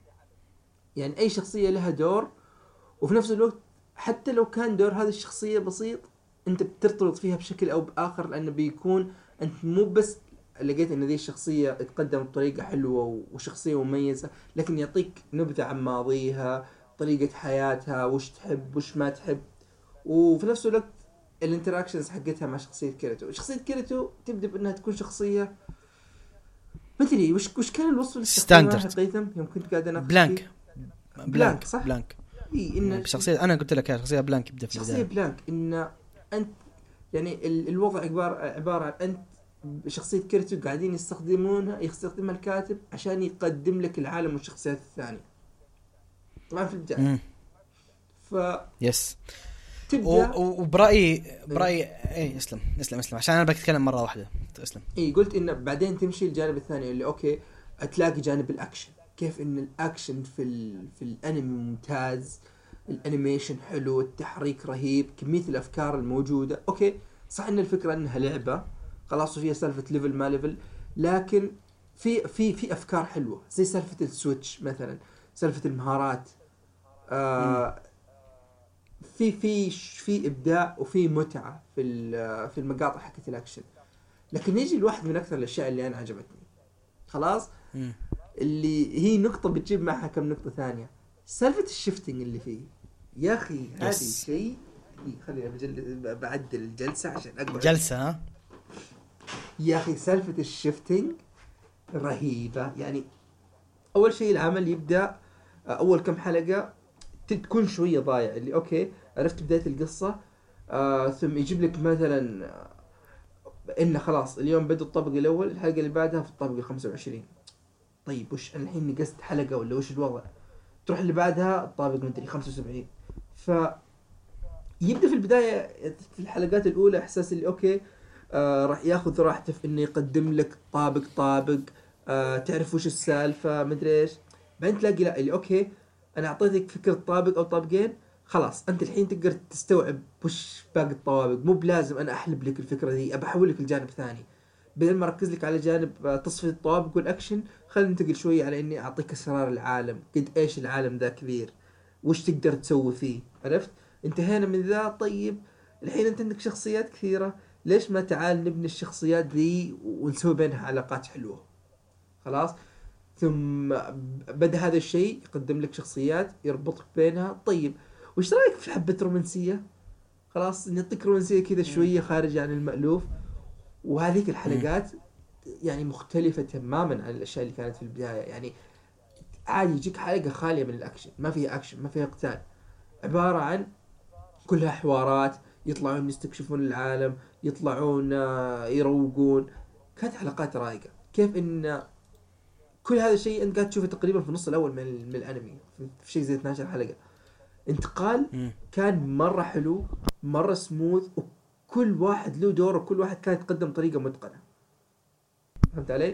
يعني أي شخصية لها دور، وفي نفس الوقت حتى لو كان دور هذه الشخصية بسيط أنت بترتبط فيها بشكل أو بآخر، لأنه بيكون أنت مو بس لقيت أن ذي الشخصية تقدم بطريقة حلوة وشخصية مميزة، لكن يعطيك نبذة عن ماضيها طريقة حياتها، وش تحب وش ما تحب، وفي نفس الوقت الانتراكشنز حقتها مع شخصية كيريتو. شخصية كيريتو تبدأ بأنها تكون شخصية ما ادري وش وش كان الوصف اللي استخدمه حقيقة يوم كنت قاعد اناقش بلانك. بلانك صح بلانك اي ان شخصيه انا قلت لك شخصيه بلانك يبدا في شخصيه البدايه. بلانك ان انت يعني ال- الوضع عباره عباره عن انت شخصيه كيرتو قاعدين يستخدمونها يستخدمها الكاتب عشان يقدم لك العالم والشخصيات الثانيه طبعا في البدايه. ف يس تبدا وبرايي برايي اي اسلم اسلم اسلم عشان انا بتكلم مره واحده. اسلم. اي قلت انه بعدين تمشي الجانب الثاني اللي اوكي تلاقي جانب الاكشن، كيف ان الاكشن في ال... في الانمي ممتاز، الانيميشن حلو، التحريك رهيب، كميه الافكار الموجوده. اوكي صح ان الفكره انها لعبه خلاص وفيها سالفه ليفل ما ليفل، لكن في في في افكار حلوه زي سالفه السويتش مثلا، سالفه المهارات. آه في في في ابداع وفي متعه في في المقاطع حقت الاكشن. لكن يجي الواحد من اكثر الاشياء اللي انا عجبتني خلاص مم. اللي هي نقطة بتجيب معها كم نقطة ثانية، سالفة الشفتنج اللي فيه يا أخي هذه شيء. خلينا بجل... بعدل الجلسة عشان أقدر جلسة ها يا أخي سالفة الشفتنج رهيبة. يعني أول شيء العمل يبدأ أول كم حلقة تكون شوية ضايع اللي أوكي عرفت بداية القصة آه ثم يجيب لك مثلا إنه خلاص اليوم بدأ الطابق الأول، الحلقة اللي بعدها في الطابق الخمسة وعشرين. طيب وش أنا الحين نقصت حلقة ولا وش الوضع؟ تروح اللي بعدها الطابق مدري خمسة وسبعين. ف يبدأ في البداية في الحلقات الأولى إحساس اللي أوكي آه راح ياخذ راحته في إنه يقدم لك طابق طابق آه تعرف وش السالفة مدري إيش. بعدين تلاقي لا اللي أوكي أنا أعطيتك فكرة طابق أو طابقين خلاص أنت الحين تقدر تستوعب وش باقي الطوابق، مو بلازم أنا أحلب لك الفكرة دي أبى أحول لك الجانب الثاني. بدل ما أركز لك على جانب تصفية الطوابق والأكشن خلينا ننتقل شوي على إني أعطيك أسرار العالم، قد إيش العالم ذا كبير وش تقدر تسوي فيه. عرفت؟ انتهينا من ذا. طيب الحين أنت عندك شخصيات كثيرة، ليش ما تعال نبني الشخصيات ذي ونسوي بينها علاقات حلوة. خلاص ثم بدأ هذا الشيء يقدم لك شخصيات يربطك بينها. طيب وش رأيك في حبة رومانسية؟ خلاص نعطيك رومانسية كذا شوية خارج عن المألوف. وهذيك الحلقات يعني مختلفة تماما عن الأشياء اللي كانت في البداية. يعني عادي يجيك حلقة خالية من الأكشن، ما فيها أكشن ما فيها قتال، عبارة عن كلها حوارات، يطلعون يستكشفون العالم، يطلعون يروقون. كانت حلقات رايقة. كيف إن كل هذا الشيء أنت قاعد تشوفه تقريبا في النص الأول من, من الأنمي في شيء زي اثنا عشر حلقة. انتقال كان مرة حلو مرة سموث، وكل واحد له دور وكل واحد كان يتقدم طريقة متقنة. فهمت علي؟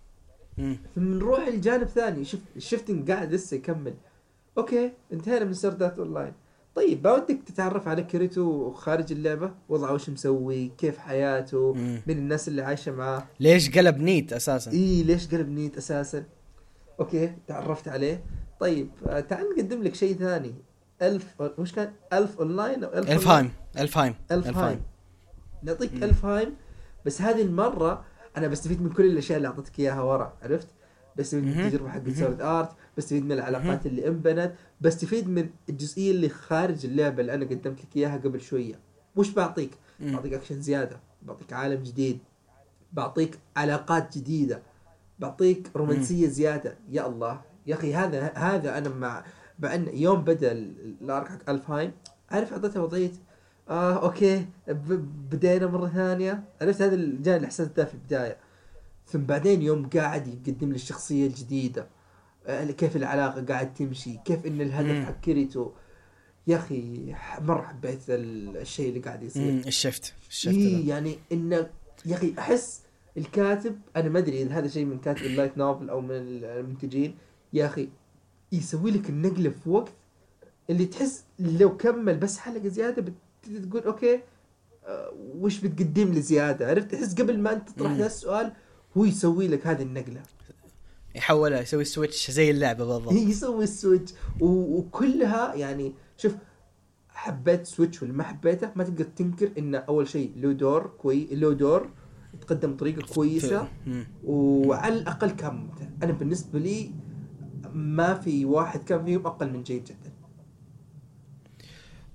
ثم نروح الجانب ثاني. شوف الشفتنج قاعد لسه يكمل. اوكي انتهينا من سردات اونلاين. طيب بودك تتعرف على كيريتو خارج اللعبة، وضعه وش مسوي، كيف حياته، مم. من الناس اللي عايشة معاه، ليش قلب نيت اساسا. ايه ليش قلب نيت اساسا. اوكي تعرفت عليه. طيب تعال نقدم لك شيء ثاني. ألف وش كان ألف أونلاين أو ألف ألفهايم ألفهايم ألفهايم نعطيك مم. ألفهايم بس هذه المرة أنا بستفيد من كل الأشياء اللي أعطيتك إياها ورا. عرفت؟ بستفيد من التجربة حق سورد آرت، بستفيد من العلاقات اللي انبنت، بستفيد من الجزئية اللي خارج اللعبة اللي أنا قدمت لك إياها قبل شوية. وش بعطيك؟ بعطيك أكشن زيادة، بعطيك عالم جديد، بعطيك علاقات جديدة، بعطيك رومانسية زيادة. يا الله يا أخي هذا هذا أنا مع بأن يوم بدأ الارك حق ألفهايم عارف أعطيته وضعية آه أوكي بدينا مرة ثانية. عرفت هذا الجانب الإحساس ده في البداية. ثم بعدين يوم قاعد يقدم لي الشخصية الجديدة آه كيف العلاقة قاعد تمشي، كيف إن الهدف حق كيريتو. يا أخي مرة حبيت الشيء اللي قاعد يصير. الشفت الشفت إيه يعني إنه يا أخي أحس الكاتب أنا ما أدري إذا هذا شيء من كاتب اللايت نوفل أو من المنتجين يا أخي يسوي لك النقلة في وقت اللي تحس لو كمل بس حلقة زيادة بتقول أوكي أه وش بتقدم لي زيادة. عرفت تحس قبل ما أنت تطرح هذا السؤال هو يسوي لك هذه النقلة، يحولها يسوي السويتش زي اللعبة بالضبط. يسوي السويتش وكلها يعني شوف حبيت سويتش ولا ما حبيته ما تقدر تنكر إن أول شيء له دور كوي له دور يتقدم بطريقة كويسة وعلى الأقل كان ممتع. أنا بالنسبة لي ما في واحد كان فيهم أقل من جيد جدا.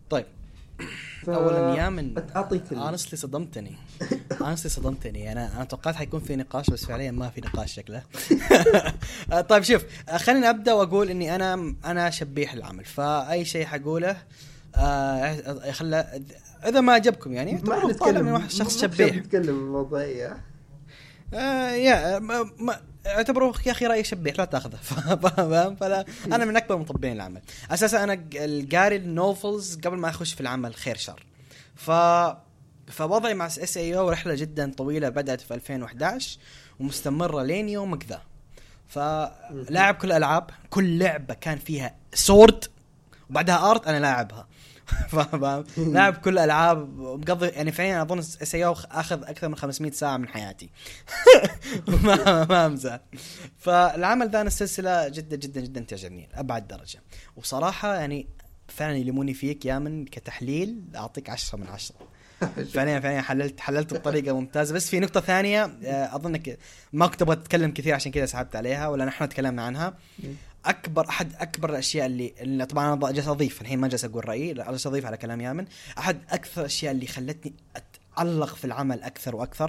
طيب ف... اولا يا من اعطيك honestly صدمتني honestly صدمتني انا انا توقعت حيكون في نقاش بس فعليا ما في نقاش شكله. طيب شوف خليني ابدا واقول اني انا انا شبيح العمل فاي شيء حقوله آه خلى اذا ما عجبكم يعني ما نتكلم من واحد شخص شبيح نتكلم الموضوعيه آه يا ما, ما اعتبروه يا اخي رايي شبيح لا تاخذه فاهم. فلا انا من اكبر مطبقين العمل اساسا انا القاري النوفلز قبل ما اخش في العمل خير شر ف فوضعي مع اس اي او رحله جدا طويله بدات في ألفين وأحد عشر ومستمره لين يومك ذا. فلاعب كل الالعاب كل لعبه كان فيها سورد وبعدها ارت انا لاعبها فاهم. لاعب كل الالعاب مقضي يعني فعليا اظن اس اي او اخذ اكثر من خمسمية ساعه من حياتي ما ما امزح. فالعمل ذا السلسله جدا جدا جدا تعجبني ابعد درجه وصراحه يعني فعلا يلموني فيك يا من كتحليل اعطيك عشرة من عشرة. فعليا فعليا حللت حللت بطريقه ممتازه. بس في نقطه ثانيه اظنك ما كنت ابغى اتكلم كثير عشان كذا سحبت عليها ولا نحن تكلمنا عنها. اكبر احد اكبر الاشياء اللي, اللي طبعا انا جالس اضيف الحين ما جالس اقول رايي لا جالس اضيف على كلام يامن. احد اكثر الاشياء اللي خلتني اتعلق في العمل اكثر واكثر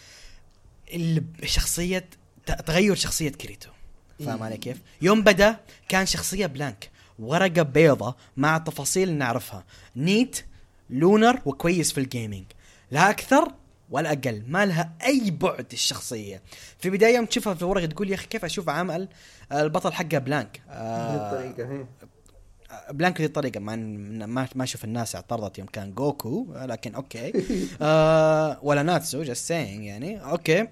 الشخصيه تغير شخصيه كريتو. فاهم علي كيف؟ يوم بدا كان شخصيه بلانك ورقه بيضة مع تفاصيل نعرفها نيت لونر وكويس في الجيمينج لا اكثر ولا اقل ما لها اي بعد. الشخصيه في بدايه يوم تشوفها في الورقه تقول يا اخي كيف اشوف عمل البطل حقه بلانك بالطريقه هي بلانك دي الطريقه ما ما ما اشوف الناس اعترضت يوم كان جوكو لكن اوكي آه ولا ناتسو جاست سينج يعني اوكي.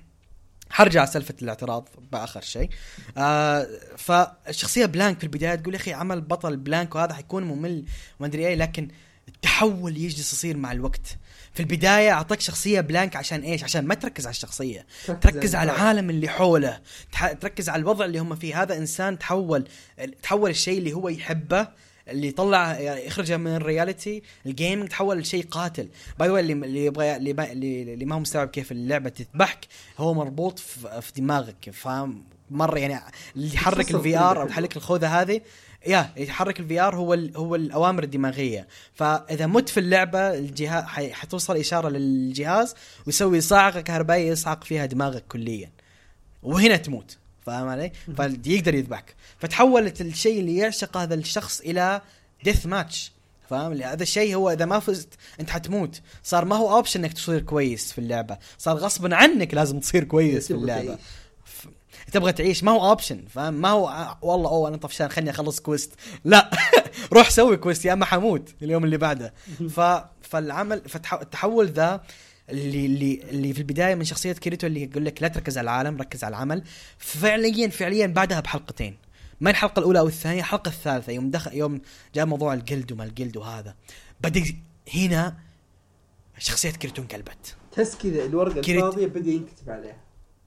حرجع سالفه الاعتراض باخر شيء آه فالشخصيه بلانك في البدايه تقول يا اخي عمل بطل بلانك وهذا حيكون ممل ما ادري ايه لكن التحول يجلس يصير مع الوقت. في البداية أعطاك شخصية بلانك عشان إيش؟ عشان ما تركز على الشخصية تركز على العالم اللي حوله تركز على الوضع اللي هم فيه. هذا إنسان تحول تحول الشيء اللي هو يحبه اللي يطلع يعني يخرجه من الرياليتي الجيمنج تحول لشيء قاتل. باي ذا اللي اللي يبغى اللي, اللي ما هو مستوعب كيف اللعبة تذبحك هو مربوط في دماغك فاهم مرة يعني اللي يحرك الفي ار أو يحرك الخوذة هذه يا يتحرك الفي ار هو هو الاوامر الدماغيه. فاذا مت في اللعبه الجهاز حتوصل اشاره للجهاز ويسوي صاعقه كهربائيه يصعق فيها دماغك كليا وهنا تموت. فاهم علي؟ فيقدر يذبحك. فتحولت الشيء اللي يعشق هذا الشخص الى ديث ماتش. فاهم؟ هذا الشيء هو اذا ما فزت انت حتموت. صار ما هو اوبشن انك تصير كويس في اللعبه صار غصبا عنك لازم تصير كويس في اللعبه ف... تبغى تعيش ما هو اوبشن. فاهم؟ ما هو والله اوه انا طفشان خلني اخلص كويست لا روح سوي كويست يا اما حموت اليوم اللي بعده. ف... فالعمل فالتحول ذا اللي اللي اللي في البدايه من شخصيه كيريتو اللي يقول لك لا تركز على العالم ركز على العمل فعليا فعليا بعدها بحلقتين ما الحلقه الاولى او الثانيه الحلقه الثالثه يوم دخل يوم جاء موضوع الجلد وما الجلد وهذا بدا هنا شخصيه كيريتو انقلبت تحس كذا الورقه كيريت... الفاضيه بدا ينكتب عليها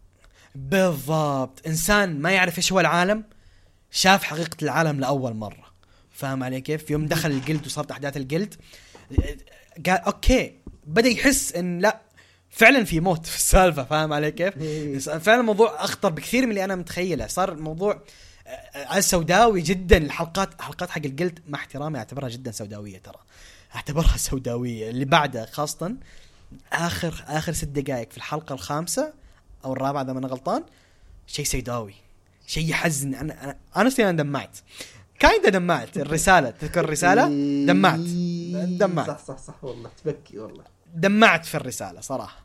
بالضبط. انسان ما يعرف ايش هو العالم شاف حقيقه العالم لاول مره. فاهم علي كيف؟ يوم دخل الجلد وصارت احداث الجلد قال اوكي بدا يحس ان لا فعلا في موت في السالفه. فاهم علي كيف؟ فعلا الموضوع اخطر بكثير من اللي انا متخيله. صار الموضوع سوداوي جدا. الحلقات حلقات حق الجلد مع احترامي اعتبرها جدا سوداويه ترى اعتبرها سوداويه. اللي بعده خاصه اخر اخر ست دقائق في الحلقه الخامسه او الرابعه اذا ما انا غلطان شيء سوداوي شيء يحزن. انا انا انا انا دمعت كايندا دمعت. الرساله تذكر الرساله دمعت دمعت صح صح صح والله تبكي والله دمعت في الرساله صراحه.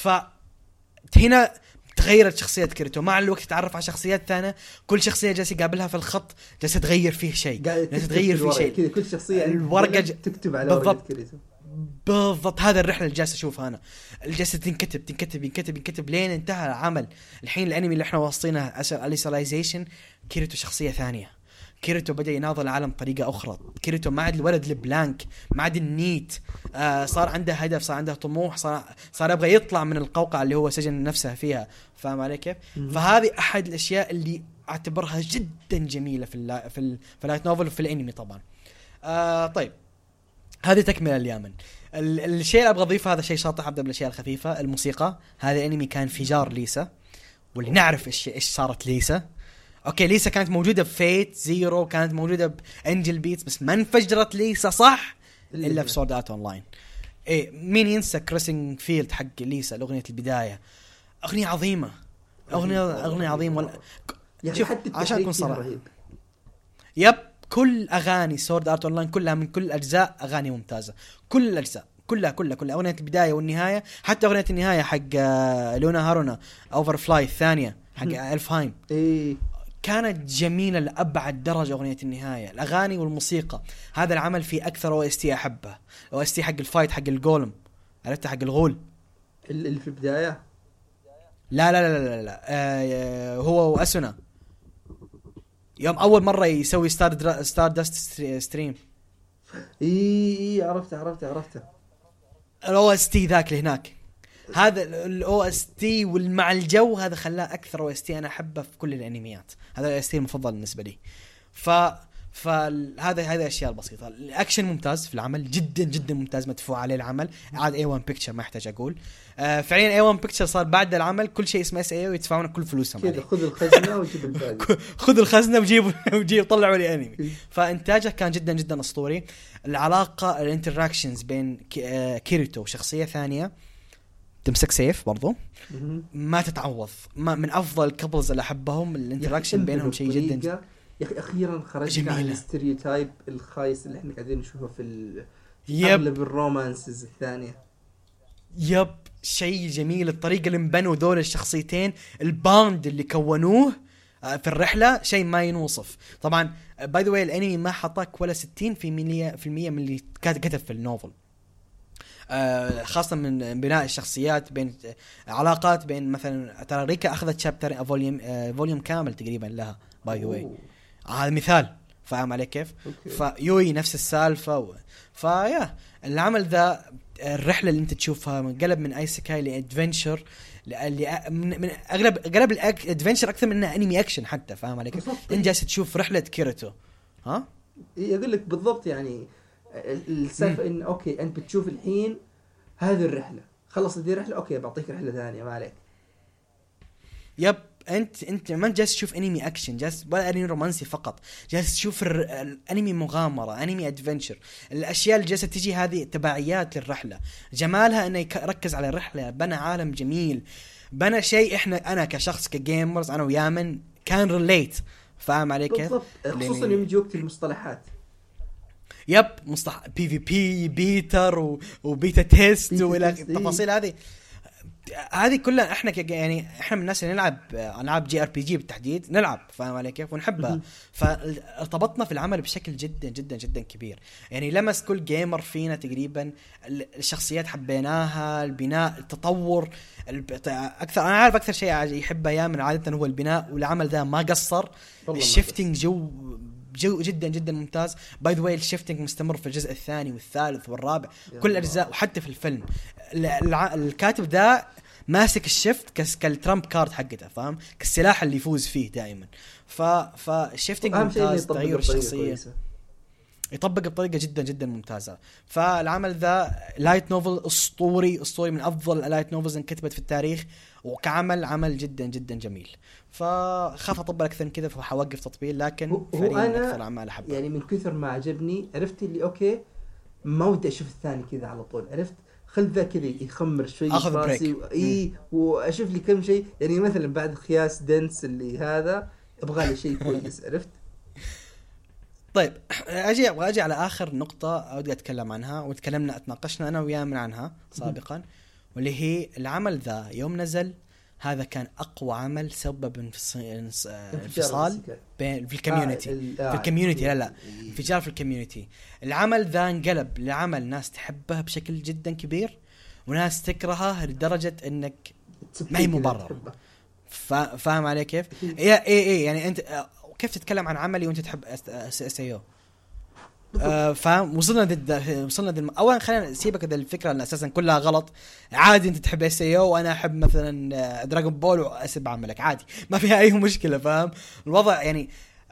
فهنا تغيرت شخصيه كيريتو مع الوقت تعرف على شخصيات ثانيه كل شخصيه جالس يقابلها في الخط جالس تغير فيه شيء جالس تغير فيه شيء كذا كل شخصيه الورقه ج... تكتب على ورقه كيريتو بالضبط. هذا الرحله اللي جالس اشوفها انا الجالسه تنكتب تنكتب ينكتب ينكتب لين انتهى العمل. الحين الانمي اللي احنا واصلينه اسر اليسالايزيشن كيريتو شخصيه ثانيه. كيريتو بدا يناضل العالم بطريقه اخرى. كيريتو ما عاد الولد البلانك ما عاد النيت آه صار عنده هدف صار عنده طموح صار صار يبغى يطلع من القوقعه اللي هو سجن نفسه فيها. فاهم علي كيف؟ فهذه احد الاشياء اللي اعتبرها جدا جميله في ال في ال في اللايت نوفل وفي الانمي طبعا. آه طيب هذه تكمله اليمن. الشيء اللي ابغى اضيفه هذا شيء شاطح. ابدا بالاشياء الخفيفه. الموسيقى هذا الانمي كان انفجار ليسا واللي نعرف ايش ايش صارت ليسا. اوكي ليسا كانت موجوده في فيت زيرو كانت موجوده بانجل بيتس بس ما انفجرت ليسا صح الا في سورد ارت اونلاين. ايه مين ينسى كريسنج فيلد حق ليسا، الاغنيه البدايه، اغنيه عظيمه، اغنيه اغنيه عظيمه ولا شوف عشان اكون صراحه. يب كل اغاني سورد ارت اونلاين كلها من كل الاجزاء اغاني ممتازه، كل الاجزاء كلها كلها كلها اغنيه البدايه والنهايه، حتى اغنيه النهايه حق لونا هارونا اوفر فلاي الثانيه حق الفهايم ايه كانت جميله لابعد درجه. اغنيه النهايه، الاغاني والموسيقى، هذا العمل فيه اكثر او اس تي احبه. او اس تي حق الفايت حق الجولم، عرفت حق الغول اللي في البدايه. لا لا لا لا, لا. آه هو واسونا يوم اول مره يسوي ستار درا... ستار داست ستريم. اي عرفته عرفته عرفته الاو اس تي ذاك اللي هناك، هذا الاو اس تي والمع الجو هذا خلاه اكثر او اس تي انا احبه في كل الانميات. هذا الاو اس تي المفضل بالنسبه لي. ف فهذا هذه الاشياء البسيطه. الاكشن ممتاز في العمل، جدا جدا ممتاز، مدفوع عليه العمل. عاد اي وان بيكتشر ما يحتاج اقول. آه فعليا اي وان بيكتشر صار بعد العمل كل شيء اسمه اس اي ويدفعون كل فلوسهم كذا. خذ الخزنه وجيب الباقي. خذ الخزنه وجيب وجيب طلعوا لي انمي. فانتاجه كان جدا جدا اسطوري. العلاقه الانتراكشنز بين كيريتو وشخصيه ثانيه تمسك سيف برضو ما تتعوض، ما من افضل الكابلز اللي احبهم. الانتراكشن بينهم شيء جدا يا اخي اخيرا خرجنا عن الستيريوتايب الخايس اللي احنا قاعدين نشوفه في اغلب الرومانسز الثانيه. يب شيء جميل الطريقه اللي انبنوا دول الشخصيتين، الباند اللي كونوه في الرحله شيء ما ينوصف. طبعا باي ذا واي الانمي ما حطاك ولا ستين في المية في المية من اللي كتب في النوفل، آه خاصة من بناء الشخصيات، بين علاقات بين مثلا ترى ريكا أخذت شابتر فوليوم آه فوليوم كامل تقريبا لها باي ذا واي. هذا مثال، فاهم علي كيف؟ فيوي نفس السالفة و... فيا العمل ذا الرحلة اللي أنت تشوفها من قلب من ايسكاي لأدفنشر اللي من, من أغلب قلب الأدفنشر أكثر من إنه أنمي أكشن حتى، فاهم علي كيف؟ أنت جالس تشوف رحلة كيريتو. ها؟ يقول لك بالضبط يعني السالفة إن أوكي أنت بتشوف الحين هذه الرحلة، خلص دي رحلة أوكي بعطيك رحلة ثانية ما عليك. يب أنت أنت ما جالس تشوف أنمي أكشن، جالس ولا أنمي رومانسي فقط، جالس تشوف الأنمي مغامرة، أنمي أدفنشر. الأشياء اللي جالسة تجي هذه تبعيات للرحلة، جمالها إنه يركز على الرحلة، بنى عالم جميل، بنى شيء إحنا أنا كشخص كجيمرز أنا ويامن كان ريليت، فاهم عليك كيف؟ خصوصا يوم جوكت المصطلحات. يب مصطلح بي في بي بيتر و... وبيتا تيست والى التفاصيل هذه هذه كلها احنا ك... يعني احنا من الناس اللي نلعب العاب جي ار بي جي بالتحديد نلعب، فاهم علي كيف؟ ونحبها. فارتبطنا في العمل بشكل جدا جدا جدا كبير، يعني لمس كل جيمر فينا تقريبا. الشخصيات حبيناها، البناء، التطور، اكثر انا عارف اكثر شيء يحبه يامن عاده هو البناء، والعمل ذا ما قصر. الشيفتنج جو جو جدا جدا ممتاز. باي ذا واي الشيفتنج مستمر في الجزء الثاني والثالث والرابع كل الاجزاء، وحتى في الفيلم الكاتب ذا ماسك الشيفت كالترامب كارد حقته، فاهم؟ كالسلاح اللي يفوز فيه دائما. ف فالشيفتنج ممتاز، تغير الشخصيه يطبق بطريقه جدا جدا ممتازه. فالعمل ذا لايت نوفل اسطوري اسطوري من افضل اللايت نوفلز انكتبت في التاريخ، وكعمل عمل جدا جدا جميل. فخاف اطبل اكثر من كذا فحوقف تطبيل، لكن فعليا اكثر اعمال احبها يعني من كثر ما عجبني. عرفت اللي اوكي ما ودي اشوف الثاني كذا على طول، عرفت؟ خل ذا كذا يخمر شوي اخذ بريك و... اي واشوف لي كم شيء، يعني مثلا بعد خياس دنس اللي هذا ابغى لي شيء كويس، عرفت؟ طيب اجي واجي على اخر نقطه اودي اتكلم عنها، وتكلمنا اتناقشنا انا وياه من عنها سابقا، واللي هي العمل ذا يوم نزل هذا كان اقوى عمل سبب انفصال بين في الكوميونتي في الكوميونتي لا لا انفجار في الكوميونتي. العمل ذا انقلب لعمل ناس تحبه بشكل جدا كبير، وناس تكرهه لدرجه انك ما هي مبرر. فاهم علي كيف؟ اي اي اي يعني انت كيف تتكلم عن عملي وانت تحب اس اي او؟ آه فاهم؟ وصلنا ضد وصلنا ضد اولا خلينا سيبك ذا الفكره ان اساسا كلها غلط. عادي انت تحب اس اي او وانا احب مثلا دراغون بول واسب عملك، عادي ما فيها اي مشكله، فاهم الوضع يعني.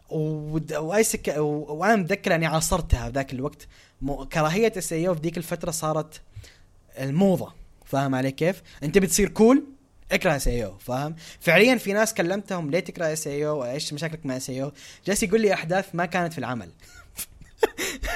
وايسك وانا متذكر اني عاصرتها ذاك الوقت. كراهيه اس اي او في ذيك الفتره صارت الموضه، فاهم علي كيف؟ انت بتصير كول اكره اس اي او، فاهم؟ فعليا في ناس كلمتهم ليه تكره اس اي او، ايش مشاكلك مع اس اي او؟ جالس يقول لي احداث ما كانت في العمل.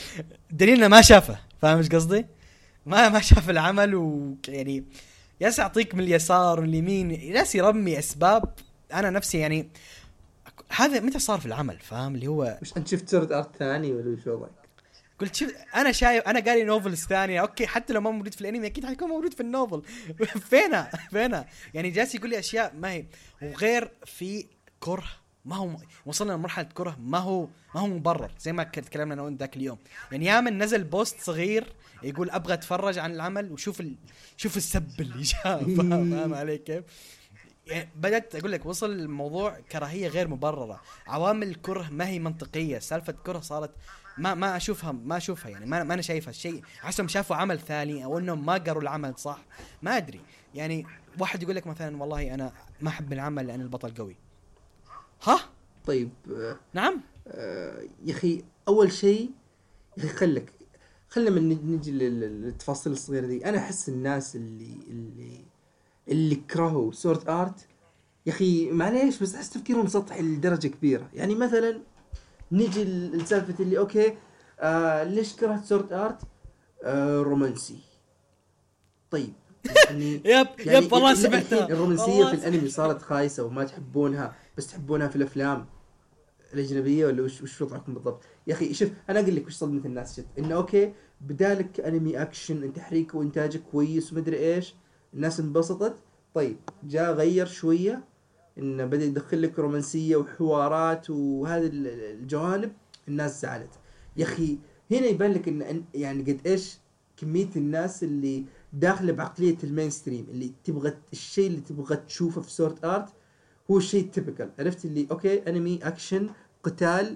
دليلنا ما شافه، فاهم ايش قصدي؟ ما ما شاف العمل، ويعني ياس يعطيك من اليسار واليمين، ناس يرمي اسباب. انا نفسي يعني هذا متى صار في العمل، فاهم اللي هو مش انت شفت سورد ارت ثاني ولا وش وضعك؟ قلت شوف انا شايف، انا قاري نوفلز ثانيه اوكي، حتى لو ما موجود في الانمي اكيد حيكون موجود في النوفل. فينا فينا يعني جالس يقول لي اشياء ما هي، وغير في كره، ما هو وصلنا لمرحله كره ما هو ما هو مبرر، زي ما تكلمنا انا وانت ذاك اليوم. يعني ياما نزل بوست صغير يقول ابغى اتفرج عن العمل وشوف ال... شوف السب اللي جاء، فاهم علي كيف؟ يعني بدأت أقول لك وصل الموضوع كراهية غير مبررة، عوامل الكره ما هي منطقية، سالفة كره صارت ما ما أشوفها ما أشوفها يعني ما ما أنا شايفها الشيء، حسهم شافوا عمل ثاني أو إنهم ما قروا العمل صح، ما أدري. يعني واحد يقول لك مثلا والله أنا ما أحب العمل لأن البطل قوي. ها طيب آه نعم آه يا أخي، أول شيء يا أخي خلك خلنا من نجي للتفاصيل الصغيرة دي. أنا أحس الناس اللي اللي اللي كرهوا سورد ارت يا اخي معليش، بس احس تفكيرهم سطحي لدرجه كبيره. يعني مثلا نيجي لسالفه اللي اوكي آه ليش كرهت سورد ارت؟ آه رومانسي. طيب يعني يب يعني يب والله ال- سمعتها الحين الرومانسيه والله في الانمي صارت خايسه وما تحبونها، بس تحبونها في الافلام الاجنبيه، ولا وش وش وضعكم بالضبط يا اخي؟ شوف انا اقول لك وش صدمه الناس، شفت انه اوكي بدالك انمي اكشن تحريك وانتاجه كويس ومدري ايش، الناس انبسطت. طيب جاء غير شويه انه بدا يدخل لك رومانسيه وحوارات وهذه ال- الجوانب، الناس زعلت يا اخي. هنا يبان لك ان إن- يعني قد ايش كميه الناس اللي داخله بعقليه المين ستريم، اللي تبغى الشيء اللي تبغى تشوفه في سورت ارت هو الشيء التيبكال، عرفت اللي اوكي انمي اكشن قتال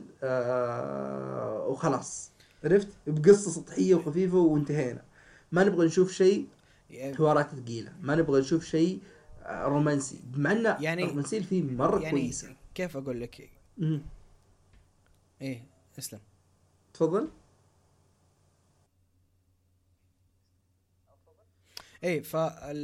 آه وخلاص، عرفت بقصه سطحيه وخفيفه وانتهينا. ما نبغى نشوف شيء حوارات ثقيله، ما نبغى نشوف شيء آه رومانسي، مع ان يعني الرومانسيه اللي فيه مره يعني كويسه. كيف أقول لك مم. إيه اسلم. تفضل. ايه ف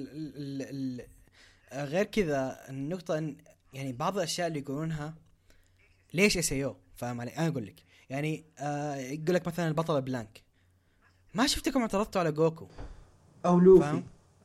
غير كذا النقطة ان يعني بعض الاشياء اللي يقولونها ليش اس اي او، فاهم علي؟ انا اقول لك يعني آه يقول لك مثلا البطل بلانك، ما شفتكم اعترضتوا على جوكو او لوفي فاهم؟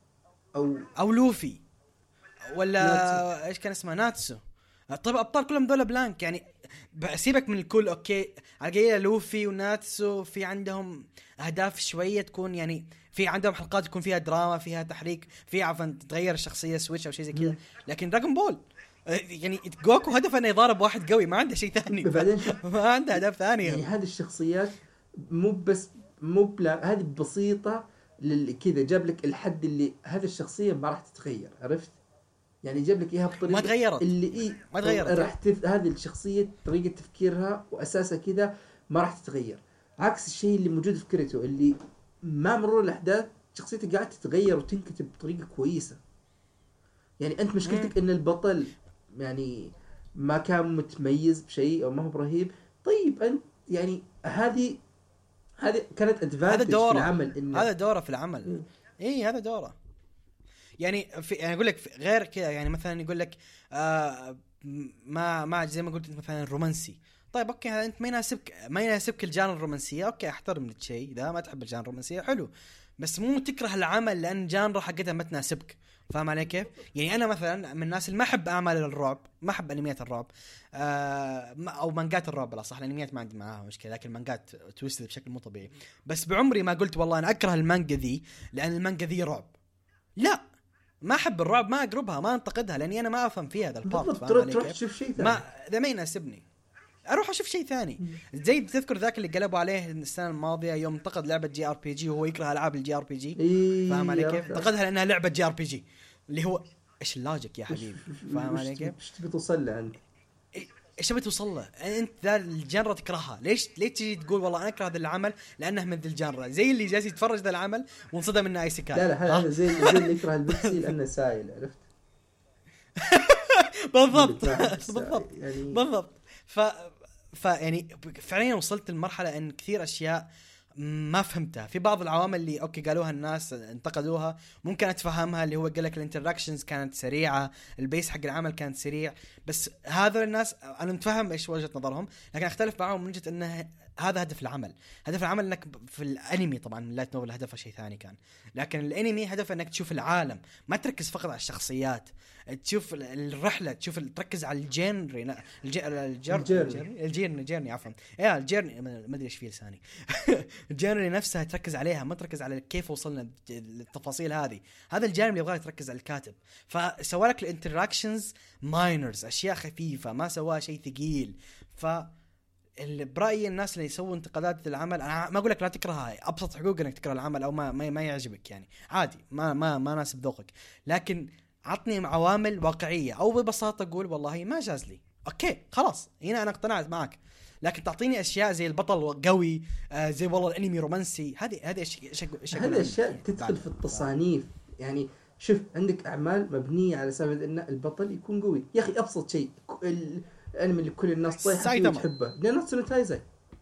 او او لوفي ولا ناتسو. ايش كان اسمه ناتسو. طيب ابطال كلهم دول بلانك يعني، سيبك من الكل اوكي، على قليل لوفي وناتسو في عندهم اهداف شويه تكون يعني، في عندهم حلقات يكون فيها دراما فيها تحريك فيها عفوا تتغير الشخصيه سويتش او شيء زي كذا. لكن دراغون بول يعني جوكو هدفه انه يضارب واحد قوي، ما عنده شيء ثاني بعدين شوف ما عنده اهداف ثانيه يعني هذه الشخصيات مو بس مو بلا هذه بسيطه لل- كذا جاب لك الحد اللي هذه الشخصيه ما راح تتغير، عرفت؟ يعني جاب لك اياها بطريقه ما تغيرت اللي إيه ما تغيرت راح تف... هذه الشخصيه طريقه تفكيرها واساسها كذا ما راح تتغير، عكس الشيء اللي موجود في كريتو اللي مع مرور الاحداث شخصيته قاعده تتغير وتنكتب بطريقه كويسه. يعني انت مشكلتك ان البطل يعني ما كان متميز بشيء او ما هو رهيب. طيب انت يعني هذه هذه كانت ادفانتج في العمل، إن هذا دوره في العمل. اي هذا دوره يعني في يعني اقول لك غير كذا يعني مثلا يقول لك آه ما ما زي ما قلت مثلا رومانسي. طيب اوكي هذا انت ما يناسبك ما يناسبك الجانر الرومانسيه، اوكي احترم الشيء ذا، ما تحب الجانر الرومانسيه حلو، بس مو تكره العمل لان جانر حقتها ما تناسبك، فاهم علي كيف؟ يعني انا مثلا من الناس اللي ما احب اعمال الرعب، ما احب انميات الرعب آه او مانجات الرعب، لا صح الانميات ما عندي معاها مشكله، لكن المانجات تويستد بشكل مو طبيعي. بس بعمري ما قلت والله انا اكره المانجا ذي لان المانجا ذي رعب، لا ما احب الرعب، ما اقربها ما انتقدها لاني انا ما افهم فيها هذا البارت، فاهم علي تروح كيف؟ تشوف شيء ثاني، ما ذا ما يناسبني، اروح اشوف شيء ثاني. زي تذكر ذاك اللي قلبوا عليه السنه الماضيه يوم انتقد لعبه جي ار بي جي وهو يكره العاب الجي ار بي جي، إيه فاهم علي كيف؟ انتقدها لانها لعبه جي ار بي جي، اللي هو ايش اللوجيك يا حبيبي، فاهم علي كيف؟ ايش تبي توصل له انت؟ ايش تبي توصل له انت؟ ذا الجنرا تكرهها، ليش ليش تجي تقول والله انا اكره هذا العمل لانه من ذا الجنرا؟ زي اللي جالس يتفرج ذا العمل وانصدم انه ايسيكاي. لا لا هذا زي زي اللي يكره البيبسي لانه سايل، عرفت؟ بالضبط بالضبط يعني بالضبط. ف ف يعني فعليا وصلت لمرحله ان كثير اشياء ما فهمتها في بعض العوامل اللي اوكي قالوها الناس انتقدوها، ممكن اتفهمها، اللي هو قال لك الانتراكشنز كانت سريعه، البيس حق العمل كان سريع، بس هذول الناس انا متفهم ايش وجهه نظرهم، لكن اختلف معهم من وجهه انه هذا هدف العمل. هدف العمل انك في الانمي طبعا اللايت نوفل هدفه شيء ثاني كان، لكن الانمي هدفه انك تشوف العالم، ما تركز فقط على الشخصيات، تشوف الرحله، تشوف تركز على الجينري الجيرني الجيرني الجيرني عفوا ايه الجيرني ما ادري ايش فيه لساني الجيرني نفسها تركز عليها، ما تركز على كيف وصلنا للتفاصيل هذه. هذا الجانب اللي يبغى تركز على الكاتب، فسوى لك الانتراكشنز ماينرز، اشياء خفيفه، ما سواها شيء ثقيل. ف برأيي الناس اللي يسووا انتقادات للعمل، انا ما اقول لك لا تكرهها، ابسط حقوق انك تكره العمل او ما ما, ما يعجبك، يعني عادي، ما ما ما ناسب ذوقك، لكن عطني عوامل واقعيه، او ببساطه اقول والله ما جاز لي، اوكي خلاص هنا انا اقتنعت معك. لكن تعطيني اشياء زي البطل قوي، آه زي والله الانمي رومانسي، هذه هذه اشياء هذه اشياء تدخل في التصانيف. يعني شوف عندك اعمال مبنيه على سبب ان البطل يكون قوي، يا اخي ابسط شيء الانمي اللي كل الناس طايحه فيه وتحبه، ناناتسو نو تايزاي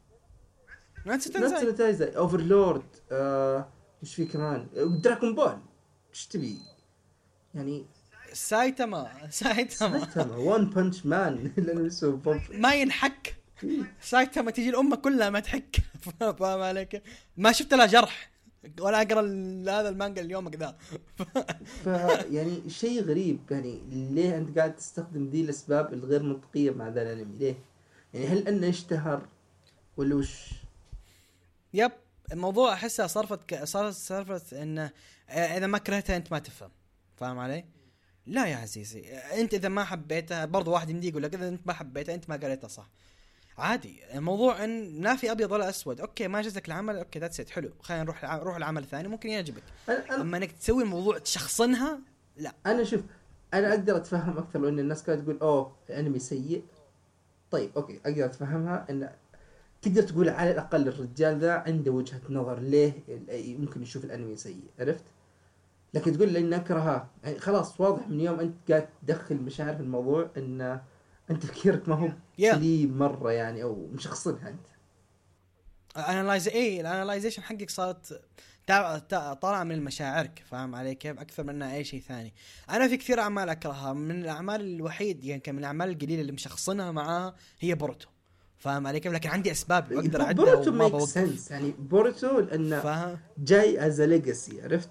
ناناتسو نو تايزاي اوفرلورد، آه ايش في كمان، دراغون بول، ايش تبي يعني، سايتاما سايتاما سايتاما وان بانش مان اللي اسمه بوب ما ينحك سايتاما تيجي الامه كلها ما تحك فاهم عليك، ما شفت له جرح ولا اقرا هذا المانجا اليوم كذا ف يعني شيء غريب. يعني ليه انت قاعد تستخدم ذي الاسباب الغير منطقيه مع ذا الانمي؟ ليه يعني؟ هل انه اشتهر ولا وش؟ يب الموضوع احسها صرفت ك... صارت صرفت انه اذا ما كرهتها انت ما تفهم، فاهم علي؟ لا يا عزيزي، انت اذا ما حبيتها برضو واحد يمدي يقول لك اذا انت ما حبيتها انت ما قريتها صح، عادي. الموضوع ان ما في ابيض ولا اسود، اوكي ما جزك العمل، اوكي ذاتس ات، حلو، خلينا نروح الع... نروح العمل الثاني ممكن يعجبك. اما انك تسوي الموضوع تشخصنها لا. انا شوف انا اقدر اتفهم اكثر لو ان الناس كانت تقول اوه الانمي سيء، طيب اوكي اقدر اتفهمها، ان تقدر تقول على الاقل الرجال ذا عنده وجهة نظر ليه ممكن يشوف الانمي سيء، عرفت؟ لكن تقول لي اني اكرهها، يعني خلاص واضح من يوم انت قاعد تدخل مشاعر في الموضوع ان انت تفكيرك ما هو سليم مره يعني، او مشخصنها انت. انالايز ايه الانالايزيشن حقك صارت طالعه من مشاعرك، فاهم علي كيف؟ اكثر من اي شيء ثاني. انا في كثير اعمال اكرهها، من الاعمال الوحيد يعني كان من الاعمال القليله اللي مشخصنها معاها هي بوروتو، فاهم علي كيف؟ لكن عندي اسباب اقدر اعدها وما بوقف. يعني بوروتو لانه جاي از ليجاسي، عرفت؟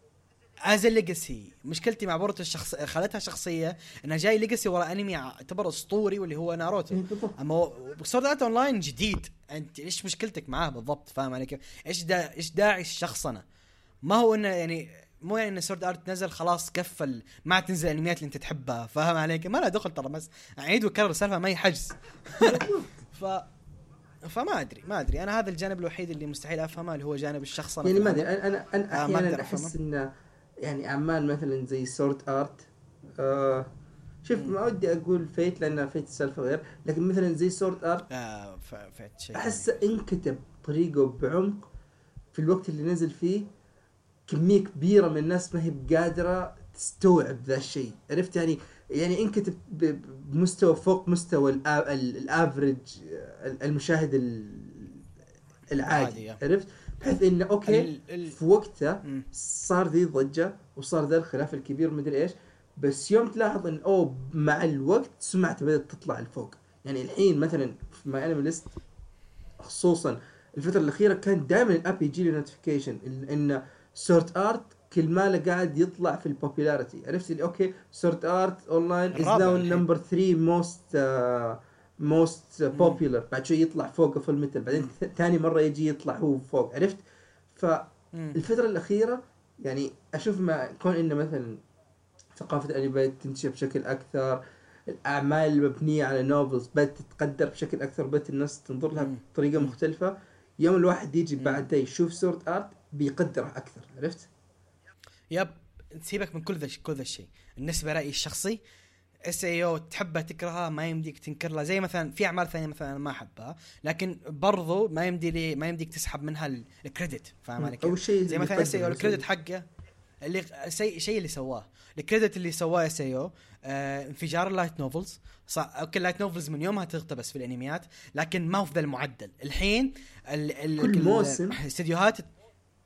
از ليجاسي. مشكلتي مع بوروتو الشخص خلتها شخصيه انها جاي ليجاسي ورا انمي يعتبر اسطوري واللي هو ناروتو. اما سورد ارت اونلاين جديد، انت ايش مشكلتك معاه بالضبط؟ فاهم علي كيف؟ ايش دا ايش داعي الشخصنه؟ ما هو انه يعني مو يعني ان سورد ارت نزل خلاص قفل ما تنزل انميات اللي انت تحبها، فاهم علي كيف؟ ما له دخل ترى، بس اعيد وكرر السالفه ما يحجز ف فما ادري ما ادري انا هذا الجانب الوحيد اللي مستحيل افهمه، اللي هو جانب الشخصنه. يعني ما ادري انا انا احيانا احس انه يعني اعمال مثلا زي سورد ارت، آه شوف ما ودي اقول فيت لان فيت السالفه غير، لكن مثلا زي سورد ارت آه فيت شيء احس انكتب طريقه بعمق في الوقت اللي نزل فيه، كميه كبيره من الناس ما هي بقادره تستوعب ذا الشيء، عرفت يعني؟ يعني انكتب بمستوى فوق مستوى الافريج المشاهد العادي، عرفت؟ بحيث انه اوكي ال ال في وقتها صار ذي ضجه وصار ذا الخلاف الكبير مدري ايش، بس يوم تلاحظ ان او مع الوقت سمعته بدات تطلع لفوق. يعني الحين مثلا في ماي انمي ليست خصوصا الفتره الاخيره كان دائما الاب يجي لي نوتيفيكيشن ان سورت ارت كل ما له قاعد يطلع في البوبولاريتي، عرفت اللي اوكي سورت ارت اونلاين از ناو نمبر ثري موست موست بوبولار، بعد شوي يطلع فوق فول ميتال، بعدين ثاني مره يجي يطلع هو فوق، عرفت؟ فالفتره الاخيره يعني اشوف ما كون انه مثلا ثقافه الانمي تنتشر بشكل اكثر، الاعمال المبنيه على نوفلز بدات تتقدر بشكل اكثر، بدات الناس تنظر لها بطريقه مختلفه. يوم الواحد يجي بعد ده يشوف سورد ارت بيقدره اكثر، عرفت؟ يب سيبك من كل ذا كل ذا الشيء. بالنسبه لي الشخصي اس اي او تحبها تكرهها ما يمديك تنكر لها، زي مثلا في اعمال ثانيه مثلا انا ما احبها لكن برضو ما يمدي لي ما يمديك تسحب منها الكريدت، فاهم علي كيف؟ زي مثلا اس اي او الكريدت حقه اللي شيء شيء اللي سواه، الكريدت اللي سواه اس اي او آه انفجار اللايت نوفلز. اوكي اللايت نوفلز من يومها تغتبس في الانميات، لكن ما هو في ذا المعدل الحين. ال ال كل موسم استديوهات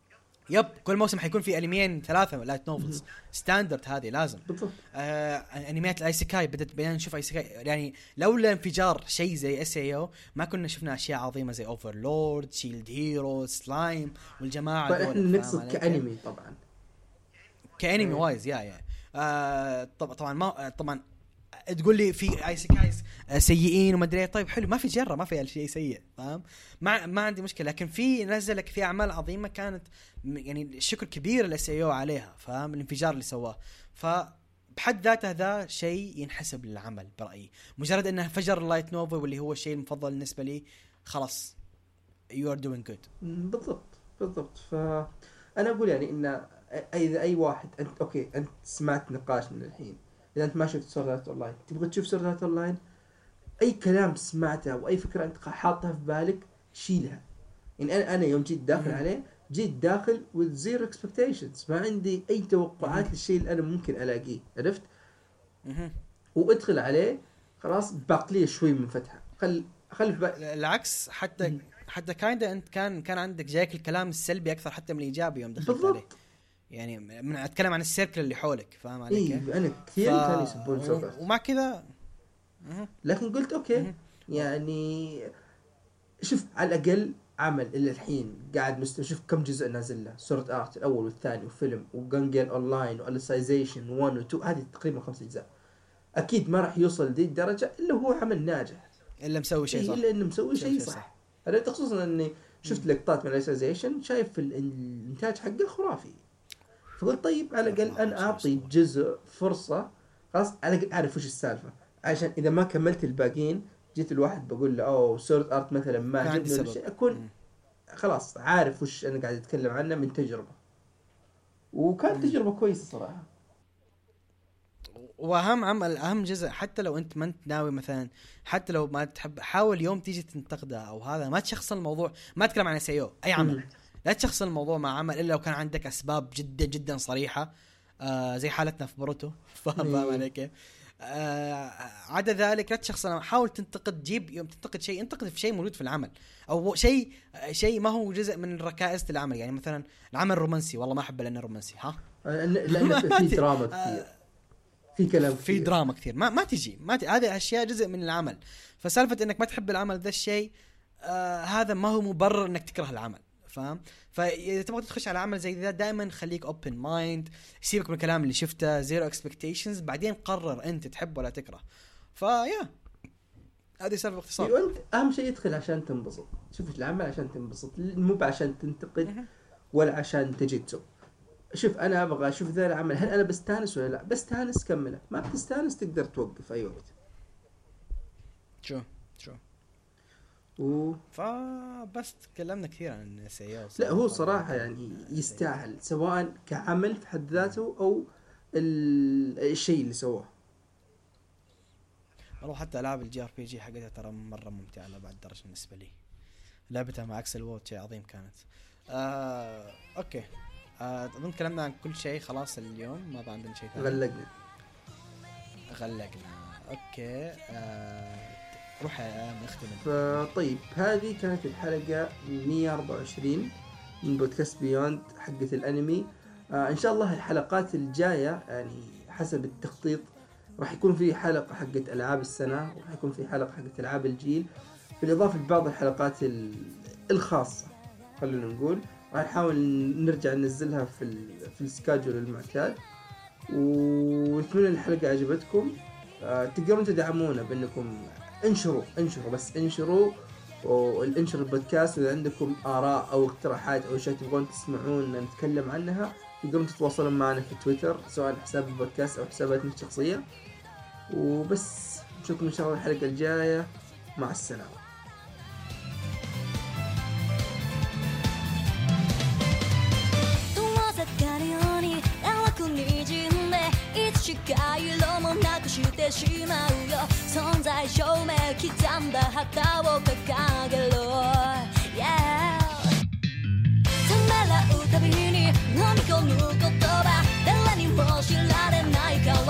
يب كل موسم حيكون في انميين ثلاثه لايت نوفلز ستاندرد، هذه لازم. بالضبط. آه انميات الايسيكاي بدت بيان نشوف ايسيكاي، يعني لولا انفجار شيء زي اس اي او ما كنا شفنا اشياء عظيمه زي اوفرلورد، شيلد هيرو، سلايم والجماعه دول. احنا نقصد كانمي طبعا، كانمي وايز يا يا آه طبعا ما طبعا تقول لي في ايسيكايز سيئين وما ادري. طيب حلو، ما في جره، ما في شيء سيء، فاهم؟ ما ما عندي مشكله، لكن في نزلك في اعمال عظيمه كانت يعني الشكر كبير للاس اي او عليها، فاهم؟ الانفجار اللي سواه، فبحد ذاته ذا شيء ينحسب للعمل برايي. مجرد انه فجر اللايت نوفل واللي هو الشيء المفضل بالنسبه لي، خلاص you are doing good. بالضبط بالضبط. فانا اقول يعني ان اذا اي واحد انت اوكي انت سمعت نقاشنا الحين، اذا انت ما شفت سورد آرت اونلاين تبغى تشوف سورد آرت اونلاين، اي كلام سمعته او اي فكره انت حاطها في بالك شيلها. يعني انا انا يوم جيت داخل عليه جيت داخل with zero expectations، ما عندي اي توقعات للشيء اللي انا ممكن الاقيه، عرفت؟ وادخل عليه خلاص باقليه شوي من فتحه. خل خل العكس، حتى م- حتى كايندا انت كان كان عندك جايك الكلام السلبي اكثر حتى من الايجابي يوم دخلت عليه. يعني من اتكلم عن السيركل اللي حولك، فاهم علي كيف؟ إيه انا كثير ف... كان يسبون سورد، ومع كذا لكن قلت اوكي يعني شوف على الاقل عمل اللي الحين قاعد مست شوف كم جزء نازل له، سورد آرت الاول والثاني وفيلم وجانجل اونلاين واليسايزيشن واحد و اثنين، هذه تقريبا خمس اجزاء. اكيد ما راح يوصل دي الدرجه الا هو عمل ناجح، الا مسوي شيء صح، الا انه مسوي شيء صح, صح. انا خصوصا اني شفت لقطات من اليسايزيشن، شايف الانتاج حقه خرافي. فقلت طيب على الأقل أنا أعطي جزء فرصة، خلاص على الأقل أعرف وش السالفة، عشان إذا ما كملت الباقين جيت الواحد بقول له أوه سورد آرت مثلا ما عجبني ولا شيء، أكون خلاص عارف وش أنا قاعد أتكلم عنه من تجربة. وكانت تجربة كويسة صراحة. واهم عمل اهم جزء، حتى لو انت ما انت ناوي مثلا، حتى لو ما تحب، حاول يوم تيجي تنتقده او هذا ما تشخص الموضوع، ما تتكلم عن سيو اي عمل م. لا تشخص الموضوع مع عمل الا لو كان عندك اسباب جدا جدا صريحه، آه زي حالتنا في بروتو، فاهم عليك؟ آه عدا ذلك لا تشخص، حاول تنتقد، جيب يوم تنتقد شيء انتقد في شيء موجود في العمل، او شيء شيء ما هو جزء من ركائز العمل. يعني مثلا العمل رومانسي، والله ما احبه لانه رومانسي، ها لانه في دراما كثير، في كلام كثير، في دراما كثير، ما ما تجي ما ت... هذه اشياء جزء من العمل. فسالفه انك ما تحب العمل ذا الشيء، آه هذا ما هو مبرر انك تكره العمل، فاهم؟ فاذا تبغى تخش على عمل زي ذا دائما خليك اوبن مايند، سيبك من الكلام اللي شفته، زيرو اكسبكتيشنز، بعدين قرر انت تحب ولا تكره. فيا هذه سالفه باختصار. ايوه انت اهم شيء يدخل عشان تنبسط، شوف العمل عشان تنبسط، مو عشان تنتقد ولا عشان تجي تسوق. شوف انا ابغى اشوف ذا العمل هل انا بستانس ولا لا، بستانس كمله، ما بتستانس تقدر توقف اي وقت. شو شو و... فبس تكلمنا كثير عن سيئة. لا هو صراحة يعني يستاهل، سواء كعمل في حد ذاته أو الشيء اللي سواه. والله حتى ألعاب الجي ار بي جي حقتها ترى مرة ممتعة لبعد درجة بالنسبة لي. لعبتها مع أكسل ووت شيء عظيم كانت. آه، أوكي. آه، أظن كلامنا عن كل شيء خلاص اليوم، ما عندنا شيء ثاني. غلقنا. غلقنا. أوكي. آه، روح نختم. طيب هذه كانت الحلقة مية وأربعة وعشرين من بودكاست بيوند حقة الأنمي. آه إن شاء الله الحلقات الجاية يعني حسب التخطيط راح يكون في حلقة حقة ألعاب السنة، وراح يكون في حلقة حقة ألعاب الجيل، بالإضافة لبعض الحلقات الخاصة خلونا نقول راح نحاول نرجع ننزلها في في السكاجول المعتاد. ونتمنى الحلقة عجبتكم. آه تقدرون تدعمونا بأنكم انشروا انشروا بس انشروا والانشر البودكاست. إذا عندكم آراء أو اقتراحات أو شيء تبغون تسمعون نتكلم عنها تقدرون تتواصلون معنا في تويتر سواء حساب البودكاست أو حساباتنا الشخصية. وبس نشوفكم إن شاء الله الحلقة الجاية، مع السلامة. しか色もなくしてしまうよ存在証明刻んだ旗を掲げろ、yeah、ためらうたびに飲み込む言葉誰にも知られないから